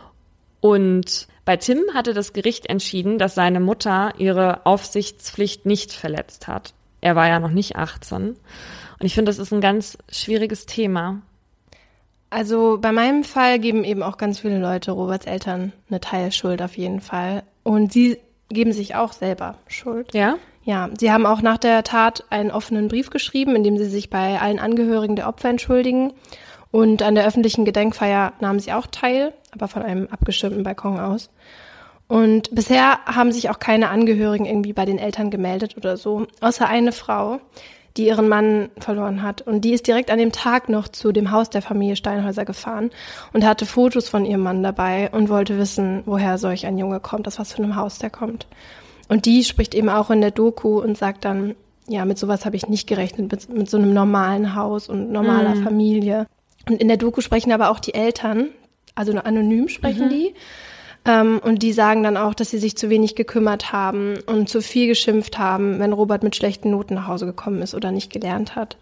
S1: Und bei Tim hatte das Gericht entschieden, dass seine Mutter ihre Aufsichtspflicht nicht verletzt hat. Er war ja noch nicht 18. Und ich finde, das ist ein ganz schwieriges Thema.
S2: Also bei meinem Fall geben eben auch ganz viele Leute Roberts Eltern eine Teilschuld auf jeden Fall. Und sie geben sich auch selber Schuld.
S1: Ja?
S2: Ja, sie haben auch nach der Tat einen offenen Brief geschrieben, in dem sie sich bei allen Angehörigen der Opfer entschuldigen. Und an der öffentlichen Gedenkfeier nahmen sie auch teil, aber von einem abgeschirmten Balkon aus. Und bisher haben sich auch keine Angehörigen irgendwie bei den Eltern gemeldet oder so, außer eine Frau, die ihren Mann verloren hat. Und die ist direkt an dem Tag noch zu dem Haus der Familie Steinhäuser gefahren und hatte Fotos von ihrem Mann dabei und wollte wissen, woher solch ein Junge kommt, aus was für einem Haus der kommt. Und die spricht eben auch in der Doku und sagt dann, ja, mit sowas habe ich nicht gerechnet, mit so einem normalen Haus und normaler Familie. Und in der Doku sprechen aber auch die Eltern, also nur anonym sprechen die. Und die sagen dann auch, dass sie sich zu wenig gekümmert haben und zu viel geschimpft haben, wenn Robert mit schlechten Noten nach Hause gekommen ist oder nicht gelernt hat.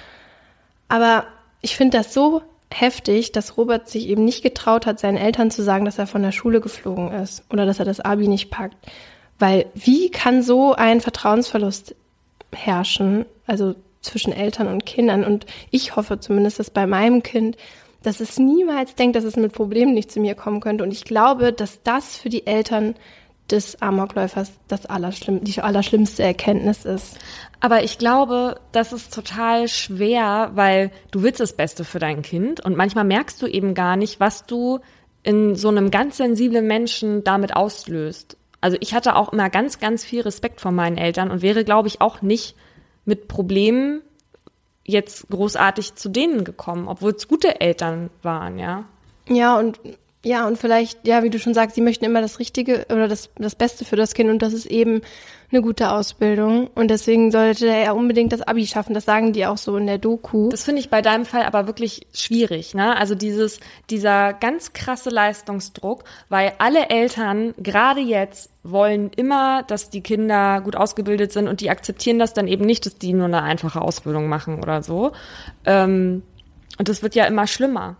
S2: Aber ich finde das so heftig, dass Robert sich eben nicht getraut hat, seinen Eltern zu sagen, dass er von der Schule geflogen ist oder dass er das Abi nicht packt. Weil wie kann so ein Vertrauensverlust herrschen, also zwischen Eltern und Kindern? Und ich hoffe zumindest, dass bei meinem Kind, dass es niemals denkt, dass es mit Problemen nicht zu mir kommen könnte. Und ich glaube, dass das für die Eltern des Amokläufers die allerschlimmste Erkenntnis ist.
S1: Aber ich glaube, das ist total schwer, weil du willst das Beste für dein Kind und manchmal merkst du eben gar nicht, was du in so einem ganz sensiblen Menschen damit auslöst. Also ich hatte auch immer ganz, ganz viel Respekt vor meinen Eltern und wäre, glaube ich, auch nicht mit Problemen jetzt großartig zu denen gekommen, obwohl es gute Eltern waren, ja.
S2: Ja, und vielleicht, ja, wie du schon sagst, sie möchten immer das Richtige oder das Beste für das Kind und das ist eben eine gute Ausbildung und deswegen sollte er ja unbedingt das Abi schaffen, das sagen die auch so in der Doku.
S1: Das finde ich bei deinem Fall aber wirklich schwierig, ne? Also dieser ganz krasse Leistungsdruck, weil alle Eltern gerade jetzt wollen immer, dass die Kinder gut ausgebildet sind und die akzeptieren das dann eben nicht, dass die nur eine einfache Ausbildung machen oder so. Und das wird ja immer schlimmer.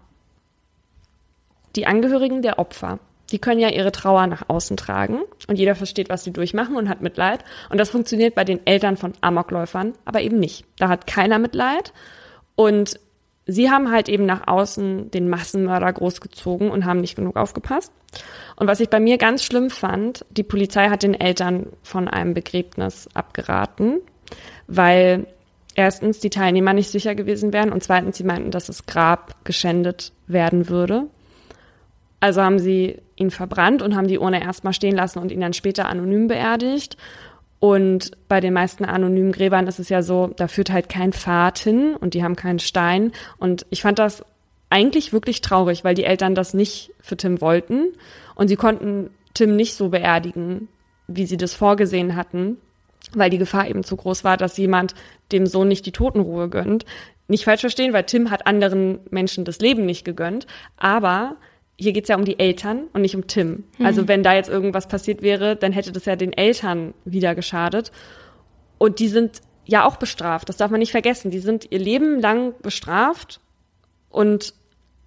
S1: Die Angehörigen der Opfer, die können ja ihre Trauer nach außen tragen und jeder versteht, was sie durchmachen und hat Mitleid. Und das funktioniert bei den Eltern von Amokläufern aber eben nicht. Da hat keiner Mitleid und sie haben halt eben nach außen den Massenmörder großgezogen und haben nicht genug aufgepasst. Und was ich bei mir ganz schlimm fand, die Polizei hat den Eltern von einem Begräbnis abgeraten, weil erstens die Teilnehmer nicht sicher gewesen wären und zweitens sie meinten, dass das Grab geschändet werden würde. Also haben sie ihn verbrannt und haben die Urne erstmal stehen lassen und ihn dann später anonym beerdigt. Und bei den meisten anonymen Gräbern ist es ja so, da führt halt kein Pfad hin und die haben keinen Stein. Und ich fand das eigentlich wirklich traurig, weil die Eltern das nicht für Tim wollten. Und sie konnten Tim nicht so beerdigen, wie sie das vorgesehen hatten, weil die Gefahr eben zu groß war, dass jemand dem Sohn nicht die Totenruhe gönnt. Nicht falsch verstehen, weil Tim hat anderen Menschen das Leben nicht gegönnt, aber hier geht's ja um die Eltern und nicht um Tim. Also wenn da jetzt irgendwas passiert wäre, dann hätte das ja den Eltern wieder geschadet. Und die sind ja auch bestraft, das darf man nicht vergessen. Die sind ihr Leben lang bestraft und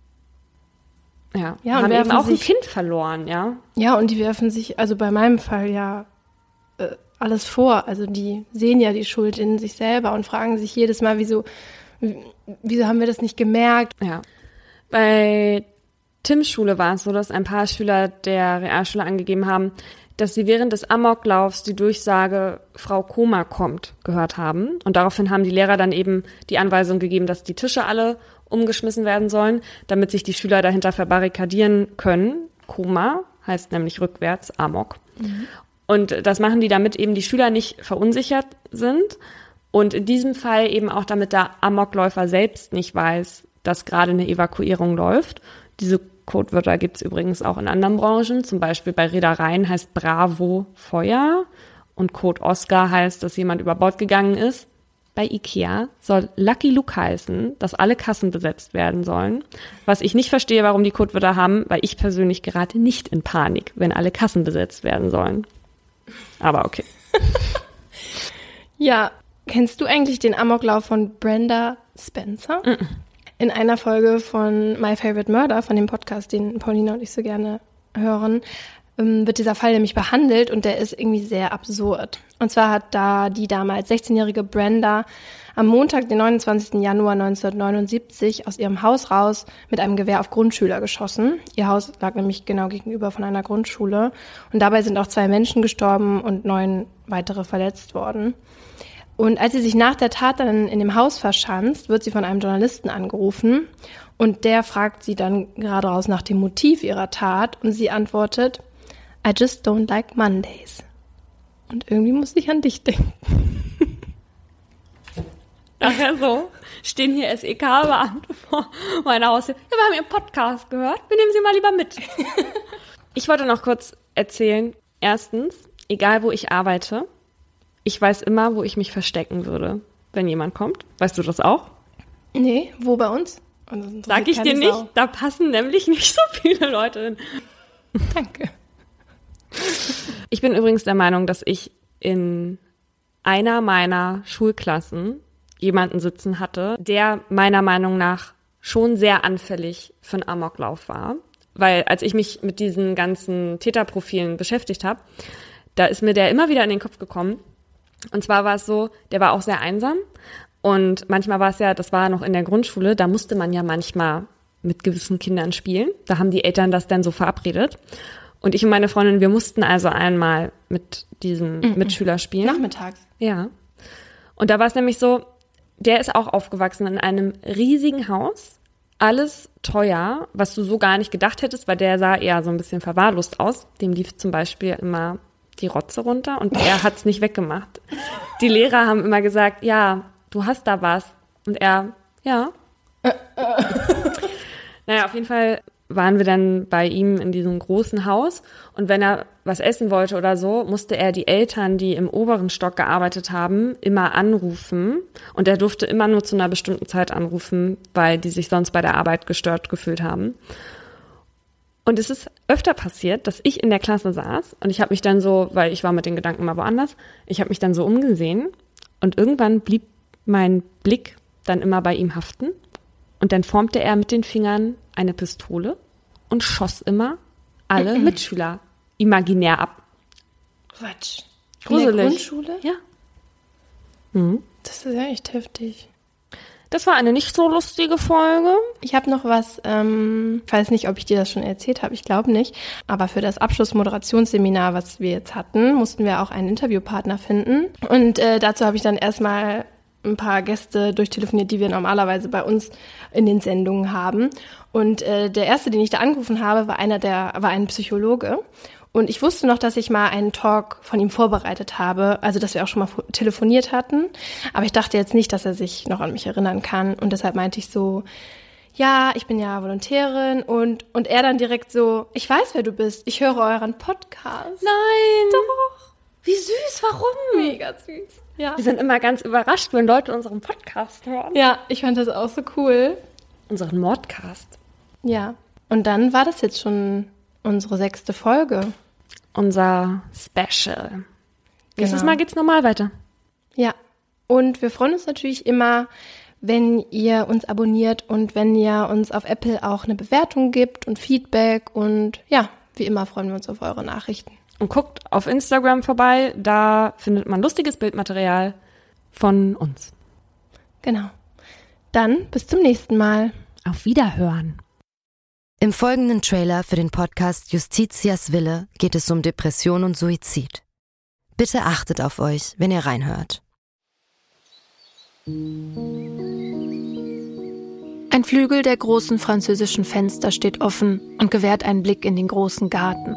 S1: haben eben auch ein Kind verloren, ja.
S2: Ja, und die werfen sich, also bei meinem Fall ja alles vor. Also die sehen ja die Schuld in sich selber und fragen sich jedes Mal, wieso haben wir das nicht gemerkt?
S1: Ja. Bei Tims Schule war es so, dass ein paar Schüler der Realschule angegeben haben, dass sie während des Amoklaufs die Durchsage Frau Koma kommt gehört haben. Und daraufhin haben die Lehrer dann eben die Anweisung gegeben, dass die Tische alle umgeschmissen werden sollen, damit sich die Schüler dahinter verbarrikadieren können. Koma heißt nämlich rückwärts Amok. Und das machen die, damit eben die Schüler nicht verunsichert sind. Und in diesem Fall eben auch, damit der Amokläufer selbst nicht weiß, dass gerade eine Evakuierung läuft. Diese Codewörter gibt es übrigens auch in anderen Branchen. Zum Beispiel bei Reedereien heißt Bravo Feuer und Code Oscar heißt, dass jemand über Bord gegangen ist. Bei Ikea soll Lucky Luke heißen, dass alle Kassen besetzt werden sollen. Was ich nicht verstehe, warum die Codewörter haben, weil ich persönlich gerate nicht in Panik, wenn alle Kassen besetzt werden sollen. Aber okay.
S2: Ja, kennst du eigentlich den Amoklauf von Brenda Spencer? In einer Folge von My Favorite Murder, von dem Podcast, den Paulina und ich so gerne hören, wird dieser Fall nämlich behandelt und der ist irgendwie sehr absurd. Und zwar hat da die damals 16-jährige Brenda am Montag, den 29. Januar 1979, aus ihrem Haus raus mit einem Gewehr auf Grundschüler geschossen. Ihr Haus lag nämlich genau gegenüber von einer Grundschule. Und dabei sind auch 2 Menschen gestorben und 9 weitere verletzt worden. Und als sie sich nach der Tat dann in dem Haus verschanzt, wird sie von einem Journalisten angerufen. Und der fragt sie dann gerade raus nach dem Motiv ihrer Tat. Und sie antwortet, I just don't like Mondays. Und irgendwie muss ich an dich denken.
S1: Nachher so, stehen hier SEK-Beamte vor meiner Haustür. Ja, wir haben Ihren Podcast gehört, wir nehmen Sie mal lieber mit. Ich wollte noch kurz erzählen, erstens, egal wo ich arbeite, ich weiß immer, wo ich mich verstecken würde, wenn jemand kommt. Weißt du das auch?
S2: Nee, wo bei uns?
S1: Sag ich dir nicht, da passen nämlich nicht so viele Leute hin.
S2: Danke.
S1: Ich bin übrigens der Meinung, dass ich in einer meiner Schulklassen jemanden sitzen hatte, der meiner Meinung nach schon sehr anfällig für einen Amoklauf war. Weil als ich mich mit diesen ganzen Täterprofilen beschäftigt habe, da ist mir der immer wieder in den Kopf gekommen. Und zwar war es so, der war auch sehr einsam. Und manchmal war es ja, das war noch in der Grundschule, da musste man ja manchmal mit gewissen Kindern spielen. Da haben die Eltern das dann so verabredet. Und ich und meine Freundin, wir mussten also einmal mit diesem Mitschüler spielen.
S2: Nachmittags.
S1: Ja. Und da war es nämlich so, der ist auch aufgewachsen in einem riesigen Haus. Alles teuer, was du so gar nicht gedacht hättest, weil der sah eher so ein bisschen verwahrlost aus. Dem lief zum Beispiel immer die Rotze runter und er hat's nicht weggemacht. Die Lehrer haben immer gesagt, ja, du hast da was. Und er, ja. Naja, auf jeden Fall waren wir dann bei ihm in diesem großen Haus und wenn er was essen wollte oder so, musste er die Eltern, die im oberen Stock gearbeitet haben, immer anrufen und er durfte immer nur zu einer bestimmten Zeit anrufen, weil die sich sonst bei der Arbeit gestört gefühlt haben. Und es ist öfter passiert, dass ich in der Klasse saß und ich habe mich dann so, weil ich war mit den Gedanken mal woanders, ich habe mich dann so umgesehen und irgendwann blieb mein Blick dann immer bei ihm haften und dann formte er mit den Fingern eine Pistole und schoss immer alle Mitschüler imaginär ab.
S2: Quatsch.
S1: Gruselig.
S2: In der Grundschule?
S1: Ja. Mhm.
S2: Das ist ja echt heftig.
S1: Das war eine nicht so lustige Folge.
S2: Ich habe noch was, ich weiß nicht, ob ich dir das schon erzählt habe, ich glaube nicht. Aber für das Abschlussmoderationsseminar, was wir jetzt hatten, mussten wir auch einen Interviewpartner finden. Und dazu habe ich dann erstmal ein paar Gäste durchtelefoniert, die wir normalerweise bei uns in den Sendungen haben. Und der erste, den ich da angerufen habe, war ein Psychologe. Und ich wusste noch, dass ich mal einen Talk von ihm vorbereitet habe, also dass wir auch schon mal telefoniert hatten. Aber ich dachte jetzt nicht, dass er sich noch an mich erinnern kann. Und deshalb meinte ich so, ja, ich bin ja Volontärin. Und er dann direkt so, ich weiß, wer du bist. Ich höre euren Podcast.
S1: Nein.
S2: Doch.
S1: Wie süß, warum?
S2: Mega süß. Ja.
S1: Wir sind immer ganz überrascht, wenn Leute unseren Podcast hören.
S2: Ja, ich fand das auch so cool.
S1: Unseren Mordcast.
S2: Ja. Und dann war das jetzt schon unsere 6. Folge.
S1: Unser Special. Nächstes
S2: Genau.
S1: Mal geht's normal weiter.
S2: Ja. Und wir freuen uns natürlich immer, wenn ihr uns abonniert und wenn ihr uns auf Apple auch eine Bewertung gibt und Feedback. Und ja, wie immer freuen wir uns auf eure Nachrichten.
S1: Und guckt auf Instagram vorbei, da findet man lustiges Bildmaterial von uns.
S2: Genau. Dann bis zum nächsten Mal.
S1: Auf Wiederhören.
S3: Im folgenden Trailer für den Podcast Justitias Wille geht es um Depression und Suizid. Bitte achtet auf euch, wenn ihr reinhört.
S2: Ein Flügel der großen französischen Fenster steht offen und gewährt einen Blick in den großen Garten.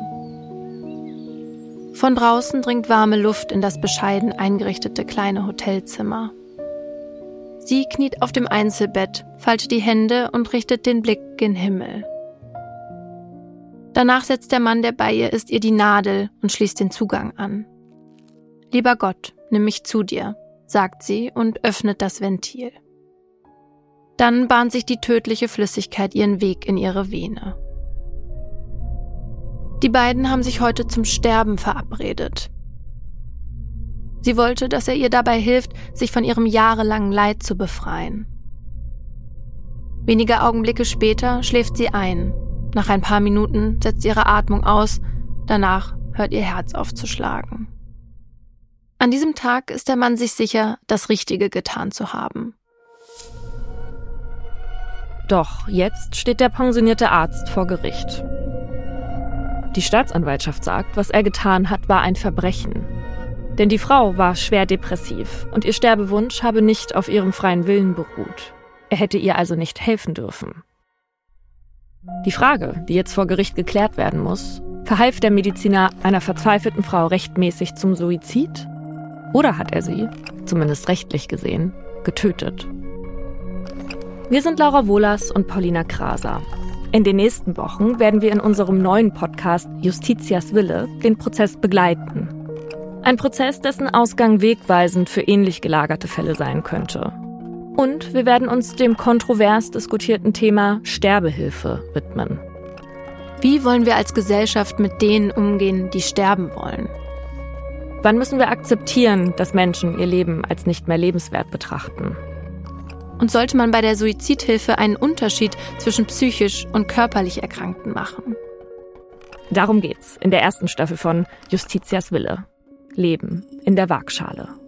S2: Von draußen dringt warme Luft in das bescheiden eingerichtete kleine Hotelzimmer. Sie kniet auf dem Einzelbett, faltet die Hände und richtet den Blick gen Himmel. Danach setzt der Mann, der bei ihr ist, ihr die Nadel und schließt den Zugang an. »Lieber Gott, nimm mich zu dir«, sagt sie und öffnet das Ventil. Dann bahnt sich die tödliche Flüssigkeit ihren Weg in ihre Vene. Die beiden haben sich heute zum Sterben verabredet. Sie wollte, dass er ihr dabei hilft, sich von ihrem jahrelangen Leid zu befreien. Wenige Augenblicke später schläft sie ein. Nach ein paar Minuten setzt ihre Atmung aus, danach hört ihr Herz auf zu schlagen. An diesem Tag ist der Mann sich sicher, das Richtige getan zu haben.
S1: Doch jetzt steht der pensionierte Arzt vor Gericht. Die Staatsanwaltschaft sagt, was er getan hat, war ein Verbrechen. Denn die Frau war schwer depressiv und ihr Sterbewunsch habe nicht auf ihrem freien Willen beruht. Er hätte ihr also nicht helfen dürfen. Die Frage, die jetzt vor Gericht geklärt werden muss: Verhalf der Mediziner einer verzweifelten Frau rechtmäßig zum Suizid? Oder hat er sie, zumindest rechtlich gesehen, getötet? Wir sind Laura Wohlers und Paulina Kraser. In den nächsten Wochen werden wir in unserem neuen Podcast Justitias Wille den Prozess begleiten. Ein Prozess, dessen Ausgang wegweisend für ähnlich gelagerte Fälle sein könnte. Und wir werden uns dem kontrovers diskutierten Thema Sterbehilfe widmen.
S2: Wie wollen wir als Gesellschaft mit denen umgehen, die sterben wollen?
S1: Wann müssen wir akzeptieren, dass Menschen ihr Leben als nicht mehr lebenswert betrachten?
S2: Und sollte man bei der Suizidhilfe einen Unterschied zwischen psychisch und körperlich Erkrankten machen?
S1: Darum geht's in der ersten Staffel von Justitias Wille. Leben in der Waagschale.